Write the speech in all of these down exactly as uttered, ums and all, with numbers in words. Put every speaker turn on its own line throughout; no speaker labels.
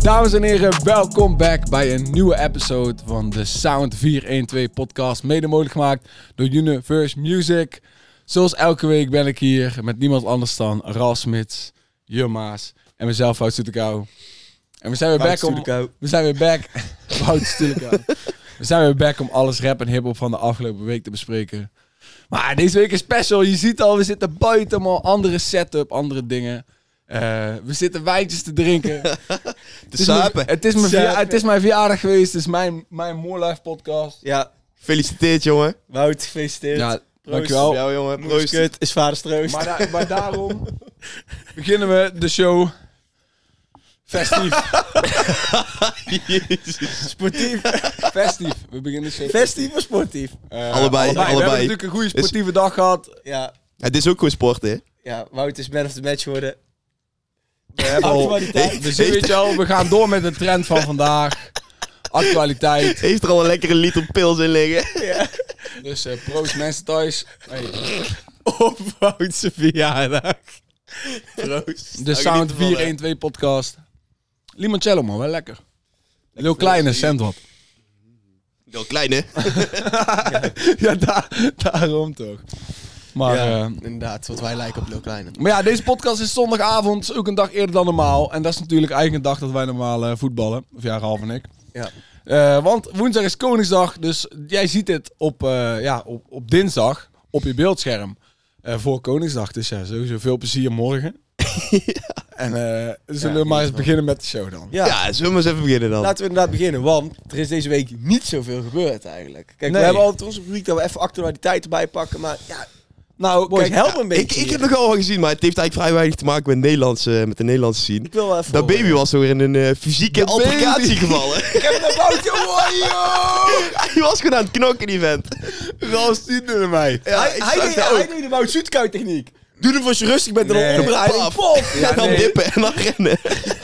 Dames en heren, welkom back bij een nieuwe episode van de Sound vier een twee podcast. Mede mogelijk gemaakt door Universe Music. Zoals elke week ben ik hier met niemand anders dan Ralf Smits, Jumma's en mezelf, Wout Soetekau. En we zijn weer back om... We zijn weer back... Wout Soetekau. We zijn weer back om alles rap en hiphop van de afgelopen week te bespreken. Maar deze week is special. Je ziet al, we zitten buiten, maar andere setup, andere dingen. Uh, we zitten wijntjes te drinken.
Te sapen.
Het is mijn verja- het is mijn verjaardag geweest. Het is mijn, mijn More Life podcast.
Ja, gefeliciteerd jongen.
Wout, gefeliciteerd.
Ja,
Proost.
dankjewel.
Ja jongen,
Proost.
proost.
Kut is vaders troost.
Maar, da- maar daarom beginnen we de show festief.
Jezus.
Sportief.
Festief. We beginnen de show.
Festief of sportief?
Uh,
Allebei,
We hebben
allebei.
natuurlijk een goede sportieve dag gehad.
Ja,
Het is ook gewoon sport, hè?
ja, Wout is man of the match geworden.
We hebben al,
Actualiteit.
dus weet je al, we gaan door met de trend van vandaag. Actualiteit.
Heeft er al een lekkere liter pils in liggen?
Ja.
Dus uh, proost mensen thuis. Hey.
Op Wout's verjaardag. Proost.
De Sound vier een twee podcast. Limoncello man, wel lekker. Heel kleine cent wat.
Heel klein, hè?
Ja, daar, daarom toch. Maar,
ja,
uh,
inderdaad, wat wij lijken op Lil Kleine.
maar ja, deze podcast is zondagavond. Is ook een dag eerder dan normaal. En dat is natuurlijk eigenlijk een dag dat wij normaal uh, voetballen. Of ja, Ralf en ik.
Ja.
Uh, want woensdag is Koningsdag. Dus jij ziet dit op, uh, ja, op, op dinsdag op je beeldscherm. Uh, voor Koningsdag. Dus ja, sowieso veel plezier morgen. Ja. En uh, zullen
Ja,
we maar eens
wel.
beginnen met de show dan.
Ja.
Ja, zullen we eens even beginnen dan?
Laten we inderdaad beginnen, want er is deze week niet zoveel gebeurd eigenlijk. Kijk,
Nee.
we hebben altijd onze rubriek dat we even actualiteit erbij pakken, maar ja,
Nou,
boys,
kijk,
help me een beetje.
Ik, ik
hier.
heb nog wel wat gezien, maar het heeft eigenlijk vrij weinig te maken met, Nederlandse, met de Nederlandse scene.
Ik wil wel even
Dat
horen.
baby was zo weer in een uh, fysieke
De
altercatie
baby.
gevallen.
Ik heb een Woutje,
Hij was gewoon aan het knokken, die vent.
Ralf stuurde naar mij.
Ja,
hij,
ik
hij,
zag
deed,
dat
hij
ook.
deed de Wout Soetekau techniek. Doe hem als je rustig bent en
Nee.
dan omdraaien.
Paf.
Pof.
Ja, dan
nee.
dippen en dan rennen.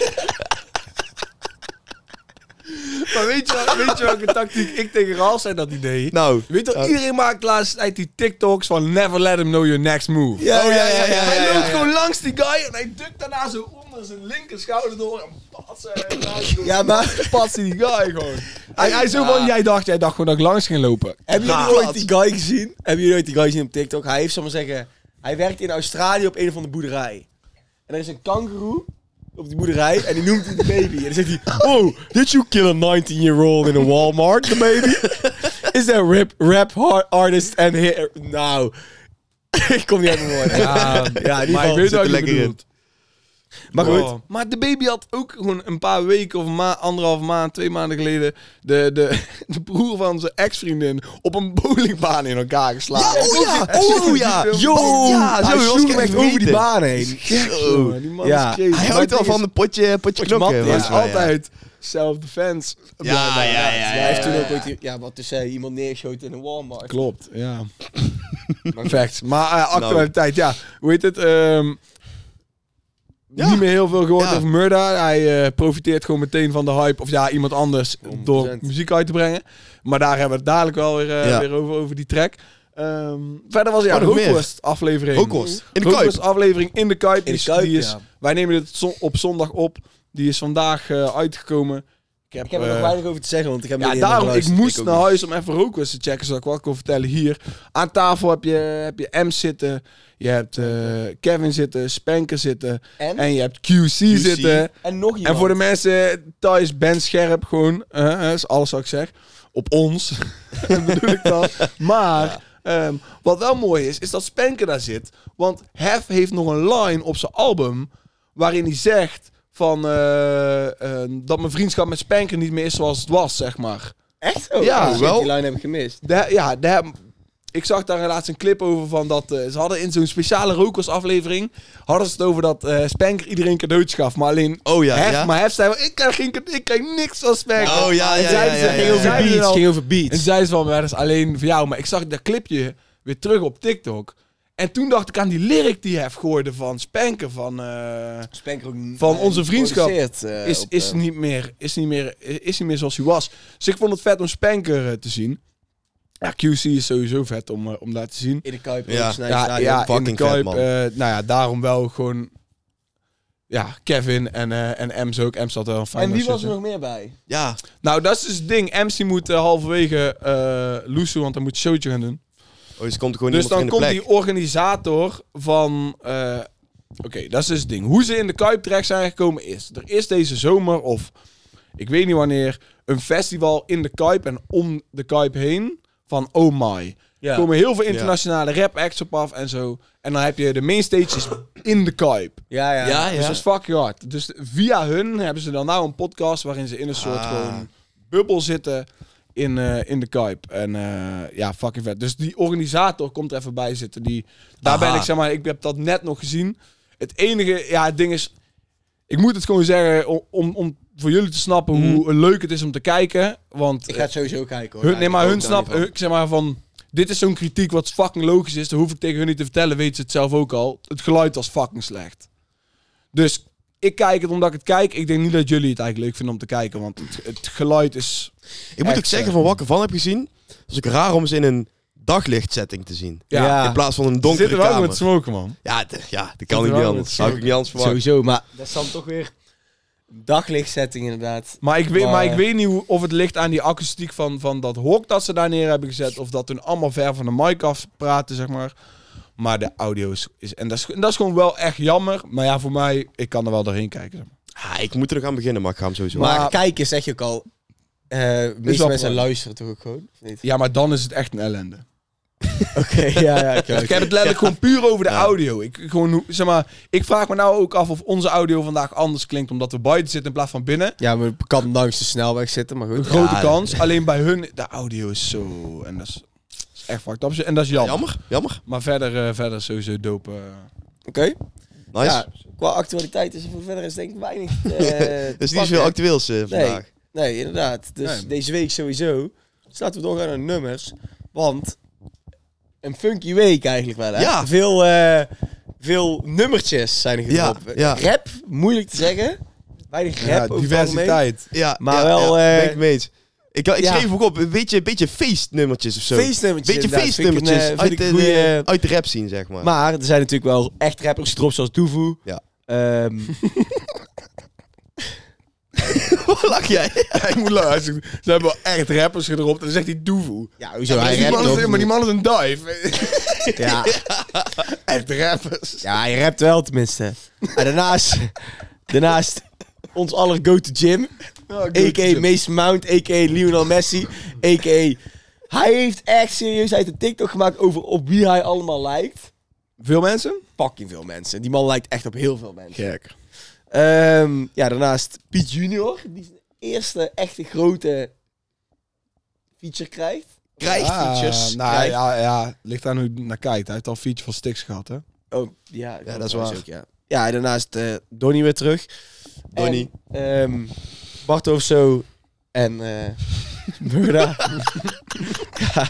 Maar weet je, weet je welke tactiek ik tegen Ralf zei dat hij deed?
Nou.
Weet je, wel,
Ja.
iedereen maakt de laatste tijd die TikToks van never let him know your next move.
Ja,
Oh, ja, ja, ja,
hij
ja,
loopt
ja.
gewoon langs die guy en hij dukt daarna zo onder zijn linker schouder door en patsen en dan
Ja, maar
patsen die guy gewoon. Hij, hij zo van, jij dacht, jij dacht gewoon dat ik langs ging lopen.
hebben jullie
Ja.
ooit die guy gezien? Hebben jullie ooit die guy gezien op TikTok? Hij heeft, zal maar zeggen, hij werkt in Australië op een of andere boerderij. En er is een kangoeroe op die boerderij en die noemt hij de baby. En dan zegt hij, oh, did you kill a nineteen-year-old in a Walmart, the baby? Is that rap, rap hard artist and hair... Nou, ik kom niet uit mijn woorden.
Ja,
Ja, in ieder
maar ik
geval
weet
zit
wat
er
je
lekker in.
bedoelt.
Maar
Maar,
goed.
goed. maar de baby had ook gewoon een paar weken of een ma- anderhalf maand, twee maanden geleden de, de, de broer van zijn ex-vriendin op een bowlingbaan in elkaar geslagen.
Ja, oh ja, oh ja.
Yo,
Ja, zo
hij
was
sloeg
ik
hem echt
echt
over die
vergeten.
baan heen.
Zo.
Jongen, die man
Ja.
is crazy.
Hij
Maar
houdt
het
wel
ding
van de potje, potje knokken.
mat,
is,
ja.
is
volgens mij, ja.
altijd self-defense.
Ja, ja, ja, ja,
Hij heeft toen
ja,
ook
ja.
ooit, die- ja, wat dus zei, iemand neerschoten in een Walmart.
Klopt, ja. Facts. Maar uh, actualiteit, ja. Hoe heet het? Ehm,
Ja.
Niet meer heel veel gehoord
Ja.
over Murda. Hij uh, profiteert gewoon meteen van de hype. Of ja, iemand anders
honderd
door
procent.
muziek uit te brengen. Maar daar hebben we het dadelijk wel weer, uh,
Ja.
weer over, over die track. Ehm, verder was ja,
Oh, nog meer.
Rookworst aflevering.
Rookworst. In de
Rookworst
Kuip.
aflevering in de Kuip.
In de
Die is-
Kuip,
die is,
ja.
Wij nemen dit zo- op zondag op. Die is vandaag uh, uitgekomen. Ik heb,
Ik heb er
uh,
nog weinig over te zeggen, want ik heb
ja,
niet
daarom, ik
geluisterd.
moest
ook
naar
niet.
huis om even Rookworst te checken, zodat ik wat kon vertellen hier. Aan tafel heb je, heb je M zitten, je hebt uh, Kevin zitten, Spanker zitten
En?
en je hebt Q C, zitten.
En nog iemand.
En voor de mensen thuis, Ben Scherp gewoon, uh, dat is alles wat ik zeg, op ons, dat bedoel ik dan. Maar ehm, wat wel mooi is, is dat Spanker daar zit, want Hef heeft nog een line op zijn album waarin hij zegt van uh, uh, dat mijn vriendschap met Spanker niet meer is zoals het was, zeg maar.
Echt? Oh,
Ja,
oh, shit,
wel.
die line heb ik gemist.
De, ja, de, ik zag daar laatst een clip over van dat uh, ze hadden in zo'n speciale Rokers aflevering hadden ze het over dat uh, Spanker iedereen cadeautjes gaf, maar alleen
Oh ja,
Hef,
ja.
maar Hef zei wel, ik krijg, geen, cade- ik krijg niks van Spanker.
Oh ja,
En
ja,
zeiden
ja,
ze,
ja,
ging
ja,
over
ja.
beats,
beats, ging over
En
beats.
zei ze van, maar dat is alleen voor jou. Maar ik zag dat clipje weer terug op TikTok. En toen dacht ik aan die lyric die Hef gooide van Spanker van... uh,
Spanker ook
Van
eh,
onze vriendschap
geproduceerd, eh,
is,
op,
is,
eh,
niet meer, is, niet meer, is niet meer zoals hij was. Dus ik vond het vet om Spanker uh, te zien. Ja, Q C is sowieso vet om, uh, om daar te zien.
in de Kuip.
Ja.
ook, Snijden
Ja,
Stadion.
ja in de
Fucking vet,
Kuip.
man.
Uh, nou ja, daarom wel gewoon... ja, Kevin en, uh, en Ems ook. Ems zat er een fijn.
En wie was er nog meer bij?
Ja.
Nou, dat is dus het ding. Ems die moet uh, halverwege uh, loesen, want dan moet je een showtje gaan doen.
Oh, dus komt er gewoon
Dus
iemand
dan
voor in
komt
de
die organisator van... Uh, Oké, okay, dat is dus het ding. Hoe ze in de Kuip terecht zijn gekomen is... Er is deze zomer, of ik weet niet wanneer... een festival in de Kuip en om de Kuip heen van Oh My.
Ja.
Er komen heel veel internationale ja. rap acts op af en zo. En dan heb je de main stages in de Kuip.
Ja, ja.
Ja,
Dus dat is fucking hard. Dus via hun hebben ze dan nou een podcast... waarin ze in een soort
Ah.
gewoon bubbel zitten... In, uh, in de Kuip. En uh, ja, fucking vet. Dus die organisator komt er even bij zitten. Die, daar
Aha.
ben ik, zeg maar, ik heb dat net nog gezien. Het enige, ja, het ding is... Ik moet het gewoon zeggen, om, om, om voor jullie te snappen
Mm.
hoe leuk het is om te kijken. Want
Ik ga het sowieso kijken, hoor.
hun, nee, maar
Ik
hun
ook daar niet
snappen,
van.
ik zeg maar van... Dit is zo'n kritiek wat fucking logisch is. Dat hoef ik tegen hun niet te vertellen. Weten ze het zelf ook al. Het geluid was fucking slecht. Dus ik kijk het omdat ik het kijk. Ik denk niet dat jullie het eigenlijk leuk vinden om te kijken. Want het, het geluid is...
Ik moet
echt,
ook zeggen,
uh,
van wat ik ervan heb gezien... Het is ook raar om ze in een daglichtsetting te zien.
Ja,
Ja.
In plaats van een
Ze
donkere
zitten wel
kamer.
met smoken, man.
Ja, d- ja, dat
Zitten
kan ik
wel
niet
met
anders. Zou ik
smoken.
niet anders verwachten.
Sowieso, maar dat is dan toch weer... daglichtsetting inderdaad.
Maar ik weet,
Maar-
maar ik weet niet hoe, of het ligt aan die akoestiek van, van dat hok dat ze daar neer hebben gezet. Of dat hun allemaal ver van de mic af praten, zeg maar. Maar de audio is... is en dat is, dat is gewoon wel echt jammer. Maar ja, voor mij, ik kan er wel doorheen kijken. Zeg maar.
Ah, ik moet er nog aan beginnen, maar ik ga hem sowieso.
Maar,
Maar-
kijken zeg je ook al. Uh, de meeste
wel
mensen
mooi.
luisteren toch ook gewoon? Of niet?
Ja, maar dan is het echt een ellende.
Oké, ja, ja.
Ik heb het letterlijk gewoon puur over de
Ja.
audio. Ik, gewoon, hoe- zeg maar, ik vraag me nou ook af of onze audio vandaag anders klinkt. Omdat we buiten zitten in plaats van binnen.
Ja, maar het kan langs de snelweg zitten, maar
Een
goed.
grote
Ja,
kans. Alleen bij hun, de audio is zo... En dat is, dat is echt fucked up. En dat is jammer.
Jammer, jammer.
Maar verder, uh, verder sowieso dope. Uh,
Oké.
Nice.
Ja, qua actualiteit is er voor verder is denk ik weinig. Uh,
Er is niet zoveel actueels uh, vandaag.
Nee, inderdaad. Dus
Nee.
deze week sowieso. Dus laten we doorgaan naar de nummers. Want een funky week eigenlijk wel, hè?
Ja.
Veel, eh, veel nummertjes zijn er gedropt.
Ja, ja.
Rap, moeilijk te zeggen. Weinig rap
ja,
over het
diversiteit.
Ja,
Maar
ja,
wel,
ja,
eh,
ben ik mee eens. Ik, ik
ja.
schreef ook op, een beetje, een beetje feestnummertjes of zo.
algemeen. Feestnummertjes.
Beetje
inderdaad. Vind ik een,
feestnummertjes
eh,
uit,
vind ik
de,
een goeie-
uit de rap scene, zeg maar.
Maar er zijn natuurlijk wel echt rappers gedropt zoals Doevoe.
Ja.
Ehm,
Wat lach jij?
Ja, ik moet luisteren. Ze hebben wel echt rappers gedropt. En dan zegt hij Doevoe.
ja, hoezo?
Ja, maar,
hij
die
rapt
man is,
toch?
maar die man is een dive.
Ja.
Echt rappers.
Ja, hij rapt wel tenminste. En daarnaast, daarnaast ons aller go-to Jim. A K A Mason Mount, A K A Lionel Messi, A K A Hij heeft echt serieus uit een TikTok gemaakt over op wie hij allemaal lijkt.
Veel mensen?
Fucking veel mensen. Die man lijkt echt op heel veel mensen.
Gek.
Ehm, ja, daarnaast Piet Junior, die zijn eerste echte grote feature krijgt.
Krijgt features.
Ah, nou
krijgt-
ja, ja, ligt aan hoe je naar kijkt. Hij heeft al feature van Stix gehad, hè?
Oh, ja,
Ja, dat is
trouwens
waar.
Ook, ja. ja, en daarnaast eh Donnie weer terug.
Donnie.
En, ehm, Bart of zo. En eh Murda. Ja.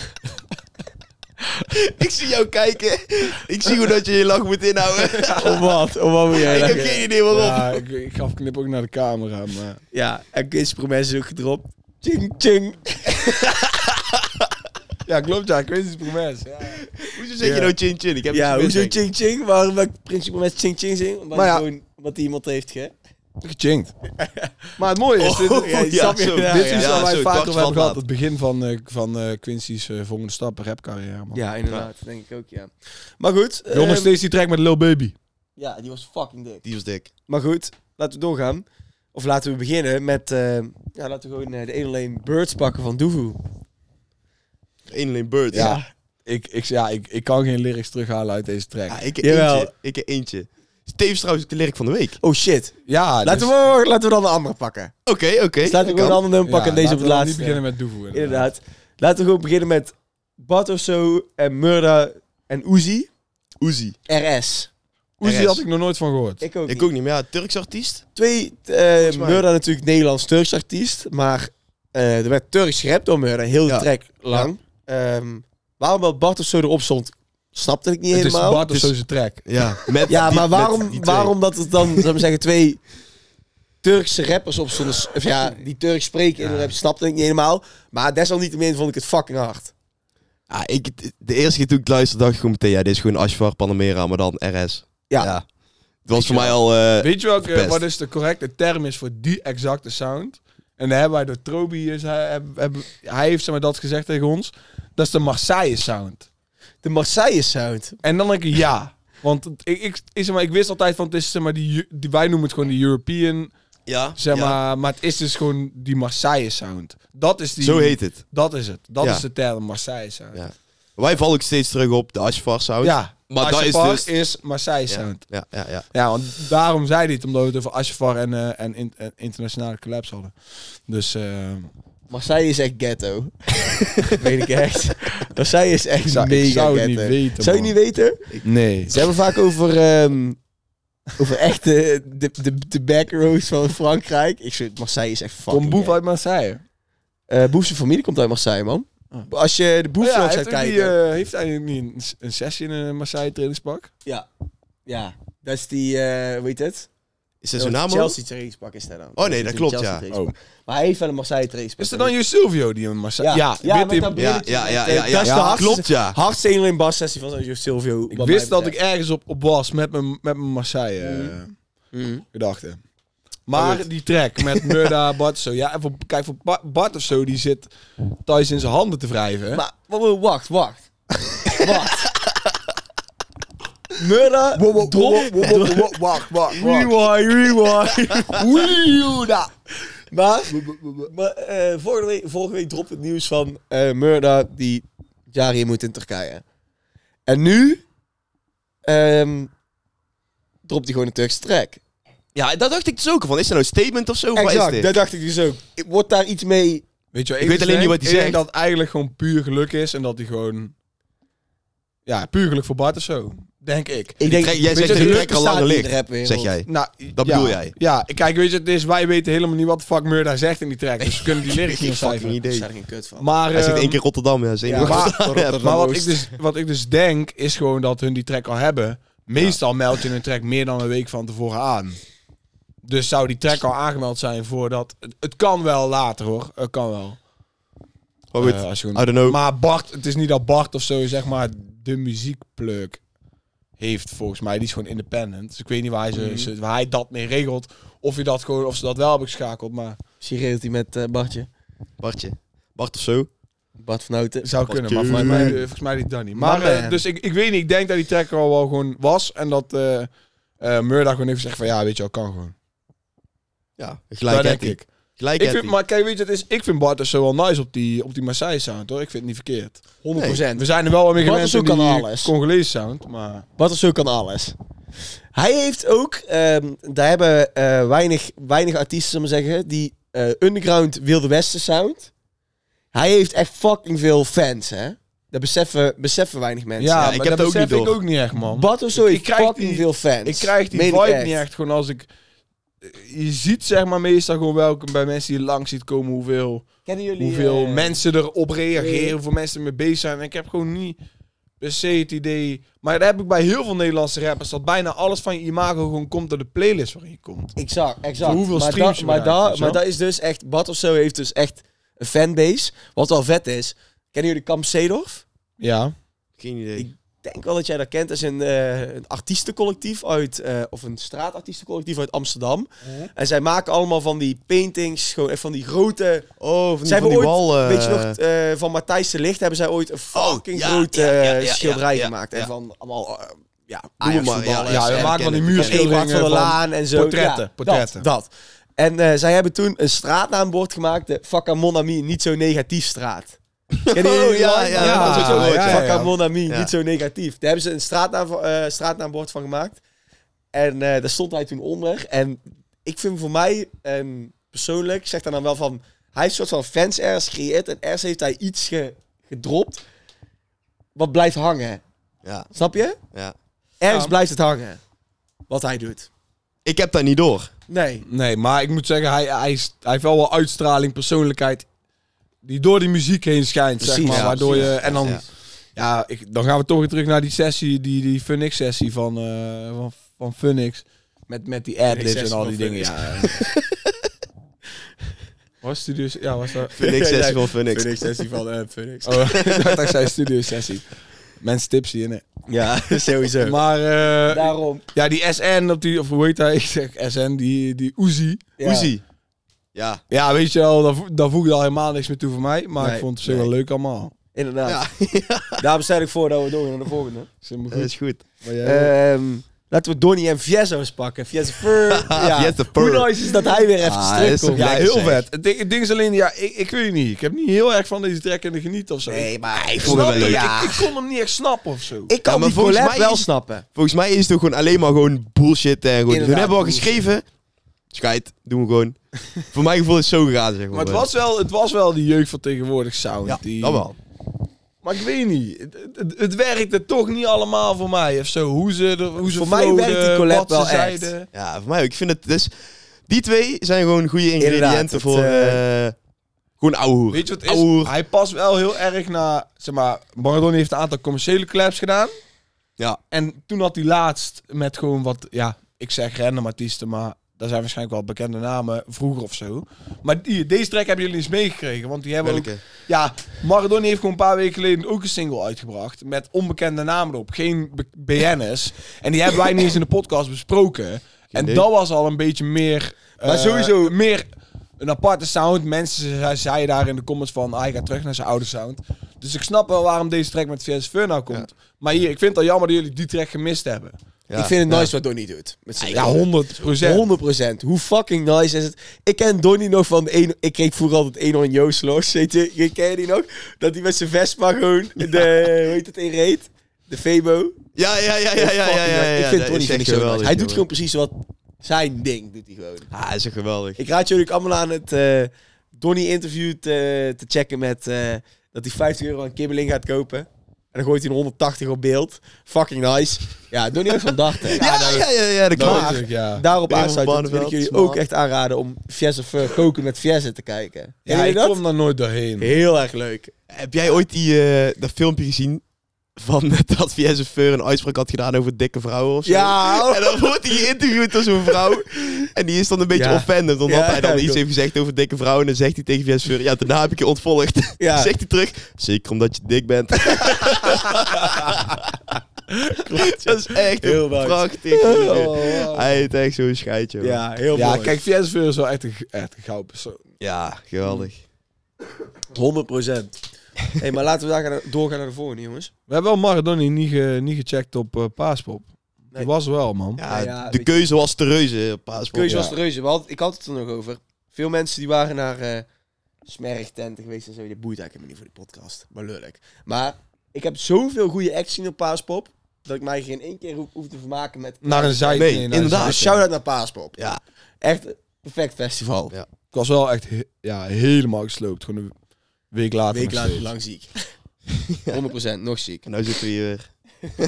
Ik zie jou kijken. Ik zie hoe dat je je lach moet inhouden.
Om wat? Om wat moet jij
Ik heb
lachen?
geen idee waarom.
Ja, ik, ik gaf knip ook naar de camera, maar...
Ja, en Quincy Promes is ook gedropt. Ching, ching.
Ja, klopt, ja. Ik weet het, Promes. Ja.
Hoezo zeg je
Ja.
nou chin chin? Ik heb
Ja,
het
hoezo
gemist, denk
ching, ching? Waarom ik Quincy Promes ching, ching zing? Omdat,
Maar ja.
gewoon, omdat hij iemand heeft ge...
Gechinkt. Maar het mooie is, dit,
Oh,
ja,
ja,
snap je?
zo.
dit
Ja,
is
ja,
iets waar wij
zo,
vaker
kwart
over hebben
van
gehad.
laat.
Het begin van, uh, van uh, Quincy's uh, volgende stap, rapcarrière. Man.
Ja, inderdaad. denk ik ook, ja. Maar goed.
Ik wil nog
ehm,
steeds die track met Lil Baby.
Ja, die was fucking dik.
Die was dik.
Maar goed, laten we doorgaan. Of laten we beginnen met... eh, ja, laten we gewoon uh, de één alleen Birds pakken van Doevoe.
Eén alleen Bird.
Ja. Ik, ik, ja, ik, ik kan geen lyrics terughalen uit deze track.
Ja, ik
Jawel.
eentje. Ik eentje. Tevens trouwens ook de lyric van de week.
Oh shit.
Ja,
Laten,
dus-
we, laten we dan de andere pakken.
Oké, oké.
Dus laten we gewoon een ander nummer pakken
ja,
en deze op
laten
het
we dan
laatste.
niet beginnen met Doevoe.
Inderdaad. Laten we gewoon beginnen met Bart of zo en Murda en Uzi.
Uzi.
R S.
Uzi
R S.
had ik nog nooit van gehoord.
Ik ook
Ik
niet.
ook niet, maar ja, Turks artiest.
Twee, eh
mij.
Murda natuurlijk Nederlands-Turks artiest. Maar eh, er werd Turks gerapt door Murda. Heel de
Ja.
track lang. Ehm, waarom dat Bart of zo erop stond, snapte ik niet
Het is
helemaal.
Bart of
Het is-
zo zijn track.
Ja, met
Ja,
die-
maar
met
waarom,
die twee.
waarom dat het dan, zou ik zeggen, twee Turkse rappers op stonden, of ja, die Turks spreken in de rap, snapte ik niet helemaal. Maar desalniettemin vond ik het fucking hard.
Ah, ik, de eerste keer toen ik luisterde dacht ik gewoon meteen, ja, dit is gewoon Ashvar Panamera, maar dan R S.
Ja.
Ja. was voor mij al... Uh,
Weet je welke,
best.
wat is de correcte term is voor die exacte sound? En daar hebben wij door Trobi, is, hij, heb, heb, hij heeft zeg maar, dat gezegd tegen ons. Dat is de Marseille sound.
De Marseille sound.
En dan denk ik ja. Want ik, ik, ik, zeg maar, ik wist altijd van het is zeg maar, die, die, wij noemen het gewoon de European...
ja,
Zeg maar,
ja.
maar het is dus gewoon die Marseille sound. Dat is die...
Zo heet het.
Dat is het. Dat
Ja.
is de term Marseille sound.
Ja. Wij vallen ook steeds terug op de Ashfar sound.
Ja,
maar dat is
Ashfar
dus...
is Marseille
Ja,
sound.
ja, ja, ja.
Ja, want daarom zei hij het, omdat we het over Ashfar en, uh, en, in, en internationale collabs hadden. Dus... Uh,
Marseille is echt ghetto. Weet ik echt. Marseille is echt
ik zou,
mega
ik zou het
ghetto.
niet weten,
Zou je
man.
niet weten?
Nee.
Ze hebben vaak over... Um, over echt de, de, de, de backroads van Frankrijk. Ik vind Marseille is echt fucking
Kom Boef
gek.
uit Marseille.
Uh, Boef's familie komt uit Marseille, man.
Oh.
Als je de Boef
Oh ja,
vlogs
heeft,
gaat
ook
kijken...
die, uh, heeft hij niet een, een sessie in een Marseille trainingspak?
Ja. Ja. Dat is die... Uh, hoe heet het?
Is dat zo'n naam?
Chelsea trainingspak is dat dan.
Oh nee, dat klopt,
Chelsea
ja.
trainingspak. Maar hij heeft wel een Marseille trainingspak.
Is er dan Jo Silvio die in Marseille...
Ja, ja,
weet
met
je-
dat
Ja,
brilletje.
ja, ja,
Eh,
ja,
dat
ja,
is de
ja.
hardste-
Klopt, ja.
Hardste één in bas sessie van Jo Silvio.
Ik
wat
wist
mij
dat ik
betreft.
ergens op, op was met mijn met mijn Marseille uh,
Mhm.
gedachten. Maar
goed.
die track met Murda, Bart zo. Ja, en voor, kijk, voor Ba- Bart of zo, die zit thuis in zijn handen te wrijven.
Maar wa- wacht, wacht. wacht. Murda, drop...
Wacht, wacht,
Rewind, rewind. Maar, maar eh, vorige, week, vorige week dropt het nieuws van eh Murda die Jari moet in Turkije. En nu ehm dropt hij gewoon een Turkse track.
Ja, dat dacht ik dus ook van. Is dat nou een statement of zo? Of wat is
Exact,
dit?
dat dacht ik dus ook. Wordt daar iets mee...
Weet je wat
Ik weet
dus
alleen niet
denk?
wat hij
Ik denk
zegt.
dat het eigenlijk gewoon puur geluk is en dat hij gewoon... Ja, puur geluk voor Bart of zo. Denk ik.
Ik denk,
trek- jij
weet
zegt
je,
dat die
geluk
track al langer
bestaat in
ligt,
de rapwereld.
zeg jij.
Nou,
Dat
ja,
bedoel jij?
Ja, kijk, weet je, het is, wij weten helemaal niet wat de fuck Murda zegt in die track. Dus we kunnen die lyrics niet
Geen fucking
ontcijferen.
Ik
idee.
sta er geen kut van.
Maar,
Hij zegt
ehm,
één keer Rotterdam, ja. Zeker.
ja,
maar,
Rotterdam
maar wat, ik
Oost.
dus, wat ik dus denk, is gewoon dat hun die track al hebben. Meestal meld je een track meer dan een week van tevoren aan. Dus zou die track al aangemeld zijn voordat... Het, het kan wel later hoor, het kan wel.
Maar goed,
Eh, als je
I
gewoon-
don't know.
Maar Bart, het is niet dat Bart of zo zeg maar de muziekpluk heeft volgens mij. Die is gewoon independent. Dus ik weet niet waar hij, ze,
Mhm.
ze- waar hij dat mee regelt. Of je dat gewoon, of ze dat wel hebben geschakeld. Maar
Misschien regelt hij met uh, Bartje.
Bartje. Bart of zo.
Bart van Houten.
het zou
Wat
kunnen. Maar
kun-
volgens mij, volgens mij niet dat niet. Maar
Man,
eh,
man.
dus ik, ik weet niet. Ik denk dat die track er al wel gewoon was. En dat eh eh Murda gewoon even zegt van ja, weet je wel, kan gewoon.
Ja, gelijk
Dat
heb
denk
ik.
ik.
Gelijk
Ik
heb
vind,
ik.
maar kijk, weet je, het is, ik vind Bart dus zo wel nice op die, op die Marseille sound hoor. Ik vind het niet verkeerd.
honderd procent.
We zijn er wel wat mee
Bart
gewend
is
in
ook aan
die
alles.
Congolese sound. Maar
Wat of zo kan alles. Hij heeft ook, ehm, daar hebben eh, weinig, weinig artiesten, zullen we zeggen, die eh, underground Wilde Westen sound. Hij heeft echt fucking veel fans, hè. Dat beseffen, beseffen weinig mensen.
ja,
Ja,
maar
ik heb
dat
het ook
besef
niet
ik
door.
ook niet echt, man.
Bart of zo
Ik
heeft
krijg
fucking
die-
veel fans.
Ik krijg die
Meen ik
vibe
echt.
niet echt gewoon als ik... Je ziet zeg maar meestal gewoon welke bij mensen die langs ziet komen hoeveel,
Kennen jullie...
hoeveel
eh,
mensen erop reageren,
eh,
hoeveel mensen ermee bezig zijn. En ik heb gewoon niet per se het idee... Maar dat heb ik bij heel veel Nederlandse rappers, dat bijna alles van je imago gewoon komt door de playlist waarin je komt.
Exact, exact.
Voor hoeveel
maar
streams
da-
je
maar,
bereikt,
da-
weet je
maar
wel?
dat is dus echt... Bart of zo heeft dus echt een fanbase. Wat wel vet is. Kennen jullie Kamp Zeedorf?
Ja.
Geen idee.
Ik denk wel dat jij dat kent. Dat is een, eh, een artiestencollectief uit... eh, of een straatartiestencollectief uit Amsterdam. En zij maken allemaal van die paintings. Gewoon echt van die grote...
Oh, van die,
Zij
van die
hebben ooit,
wal... eh,
weet je nog, eh, van Matthijs de Licht hebben zij ooit een fucking
ja,
grote
ja, ja, ja,
eh,
ja,
schilderij
ja,
gemaakt. En
ja.
van allemaal... eh, ja,
Noem het maar,
Ajax-voetballers
ja,
Ja, we
en-
maken van die
ken het, ken het.
en Ewout
muurschilderingen
van der
van
Laan en zo.
portretten,
Ja,
portretten.
Dat, dat. En eh, zij hebben toen een straatnaambord gemaakt. De Vakka Mon Ami, niet zo negatief straat. Kennen jullie
Oh, ja,
dat?
ja,
ja,
dat is ook zo
ja,
nooit,
ja,
ja.
ja.
Vakka Mon Ami,
Ja.
niet zo negatief. Daar hebben ze een straatnaam, eh, straatnaambord van gemaakt. En eh, daar stond hij toen onder. En ik vind voor mij, en persoonlijk, ik zeg daar dan wel van... Hij heeft een soort van fans ergens gecreëerd. En ergens heeft hij iets ge- gedropt wat blijft hangen.
Ja,
Snap je?
ja.
Ergens
Ja.
blijft het hangen. Wat hij doet.
Ik heb dat niet door.
Nee.
Nee, maar ik moet zeggen, hij, hij, is, hij heeft wel wel uitstraling, persoonlijkheid... die door die muziek heen schijnt, zeg
Precies,
maar.
ja,
waardoor je...
precies.
En dan...
Ja.
Ja, ik, dan gaan we toch weer terug naar die sessie, die, die Funix-sessie van, eh van, van Funix. Met, met die adlibs en
Funix-sessie
al die
van
dingen. Ja. was studio... Ja, was dat...
Phoenix sessie van Phoenix.
Phoenix sessie van uh, Phoenix.
Oh, ik dacht dat zei studio-sessie. Mensen tipsy in, hè.
Ja, sowieso.
Maar uh,
Daarom.
ja, die S N, op die, of hoe heet hij? Ik zeg S N, die, die Uzi.
Ja.
Uzi. Ja.
Ja, weet je wel, daar, vo- daar voegde al helemaal niks meer toe voor mij. Maar
Nee,
ik vond het op zich
nee.
wel leuk allemaal.
Inderdaad.
Ja.
Daarom stel ik voor dat we doorgaan naar de volgende.
Is helemaal
Dat
goed.
is goed.
Maar jij-
Ehm, laten we Donnie en Fieso eens pakken. Fieso Fur. ja.
Fieso Fur.
Hoe nice is dat hij weer even
Ah,
terugkomt.
dat is
ja,
lekker
heel
zeg.
vet. Het ding, het ding is alleen, ja, ik, ik weet het niet. Ik heb niet heel erg van deze track in de geniet of zo.
Nee, maar ik
vond het wel leuk.
Ja.
Ik, ik kon hem niet echt snappen of zo.
Ik kan
Ja, maar
die
volgens
collab
mij
wel
is-
snappen.
Volgens mij is het toch gewoon alleen maar gewoon bullshit. En gewoon,
Inderdaad,
hun hebben al
bullshit.
geschreven. Scheid, doen we gewoon. Voor mijn gevoel is het zo gegaan, zeg maar.
Maar het was wel, het was wel die jeugd van tegenwoordig sound.
Ja,
die,
dat wel.
Maar ik weet niet. Het, het, het werkte toch niet allemaal voor mij of zo. Hoe ze, de, hoe ze
Voor mij
flowden,
werkt die collab
wat ze
wel echt.
zeiden.
Ja, voor mij ook. Ik vind het dus... Die twee zijn gewoon goede ingrediënten
Inderdaad, het,
voor...
eh,
eh, gewoon ouwe hoer.
Weet je wat het
Ouwe
is?
hoer.
Hij past wel heel erg naar... Zeg maar, Maradona heeft een aantal commerciële collabs gedaan.
Ja.
En toen had hij laatst met gewoon wat... Ja, ik zeg random artiesten, maar... Daar zijn waarschijnlijk wel bekende namen vroeger of zo. Maar die, deze track hebben jullie eens meegekregen. Want die hebben ook...
Welke?
Ja, Maradona heeft gewoon een paar weken geleden ook een single uitgebracht. Met onbekende namen erop. Geen B N'ers. En die hebben wij niet eens in de podcast besproken. En
idee.
dat was al een beetje meer...
Maar
eh,
sowieso-
meer een aparte sound. Mensen ze- zeiden daar in de comments van... Ah, hij gaat terug naar zijn oude sound. Dus ik snap wel waarom deze track met Fierce Fur nou komt. Maar hier, ik vind het al jammer dat jullie die track gemist hebben.
Ja.
Ik vind het
Ja.
nice wat Donnie doet. Met zijn
Ja, honderd procent.
honderd procent. Hoe fucking nice is het? Ik ken Donnie nog van... Een, ik kreeg vroeger altijd één on Joost los. Weet je, je ken je die nog? Dat hij met zijn Vespa gewoon... De, hoe heet het, in reed? De Febo.
Ja, ja, ja, ja, ja, ja, ja, ja.
Ik vind
dat
Donnie
is
vind
echt
ik zo nice.
geweldig,
Hij doet
jongen.
gewoon precies wat zijn ding doet hij gewoon.
Ah, dat is echt geweldig.
Ik raad jullie ook allemaal aan het uh, Donnie interview te, te checken met uh, dat hij vijftig euro aan kibbeling gaat kopen. En dan gooit hij een honderdtachtig op beeld. Fucking nice. Ja, Donnie ook van dachten.
Ja, ja, ja, ja, ja, dat
Dat
klopt.
natuurlijk, ja.
Daarop
Raymond
aansluiten wil ik
Barneveld,
jullie
smart.
ook echt aanraden om Fiesse Fur koken met Fiesse te kijken.
Ja,
Ken jullie
ik
dat?
kom daar nooit doorheen.
Heel erg leuk.
Heb jij ooit die, eh, dat filmpje gezien van dat Fierce Fur een uitspraak had gedaan over dikke vrouwen of zo?
Ja.
En dan wordt hij geïnterviewd door zo'n vrouw. En die is dan een beetje
Ja.
offended, omdat
Ja,
hij dan
ja,
iets
klopt.
heeft gezegd over dikke vrouwen. En dan zegt hij tegen Fierce Fur, ja, daarna heb ik je ontvolgd.
Ja.
Zegt hij terug, zeker omdat je dik bent. Dat is echt
Heel
een
nice.
prachtig.
Oh,
filmpje.
wow.
Hij heeft echt zo'n scheidje. hoor.
Ja, heel
Ja,
mooi.
kijk, Fierce Fur is wel echt een, echt een gouden persoon.
Ja, geweldig.
honderd procent. Hey, maar laten we daar gaan, doorgaan naar de volgende, jongens.
We hebben wel Maradona niet, ge, niet gecheckt op uh, Paaspop. Die
Nee.
was er wel, man.
Ja,
Ja, ja,
de
weet je-
keuze was te reuze op Paaspop.
Keuze
ja.
was de reuze. We hadden- ik had het er nog over. Veel mensen die waren naar uh, Smergtenten geweest en zo. Die boeit eigenlijk niet voor die podcast. Maar lullig. Maar ik heb zoveel goede acts gezien op Paaspop, dat ik mij geen één keer hoef, hoef te vermaken met...
Naar een zijde.
Nee,
naar een
inderdaad.
zijde.
Dus shout-out naar Paaspop.
Ja,
Echt een perfect festival.
Ja.
Ik was wel echt he- ja, helemaal gesloopt. Gewoon een week later.
Week
nog
lang,
steeds.
lang ziek. honderd procent, nog ziek.
en nou zitten we hier weer.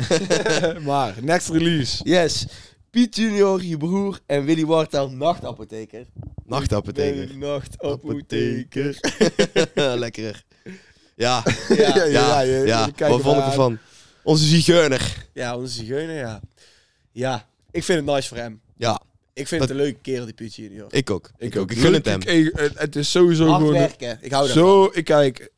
Maar, next release.
Yes. Piet Junior, je broer en Willy Wartaal, nachtapotheker.
Nachtapotheker.
Ik ben een nachtapotheker.
Lekkerer. Ja,
Ja,
ja, ja.
je-
ja.
je kijkt
Wat vond ik
eraan.
ervan? Onze zigeuner.
ja, onze zigeuner, ja. Ja, ik vind het nice voor hem.
Ja,
Ik vind het een leuke kerel, die Piet Junior.
ik ook. Ik, ook. Ik
Leuk,
gun het hem.
ik- ik- het- het is sowieso
Hard
gewoon...
werken, ik hou daarvan.
Zo, ik kijk...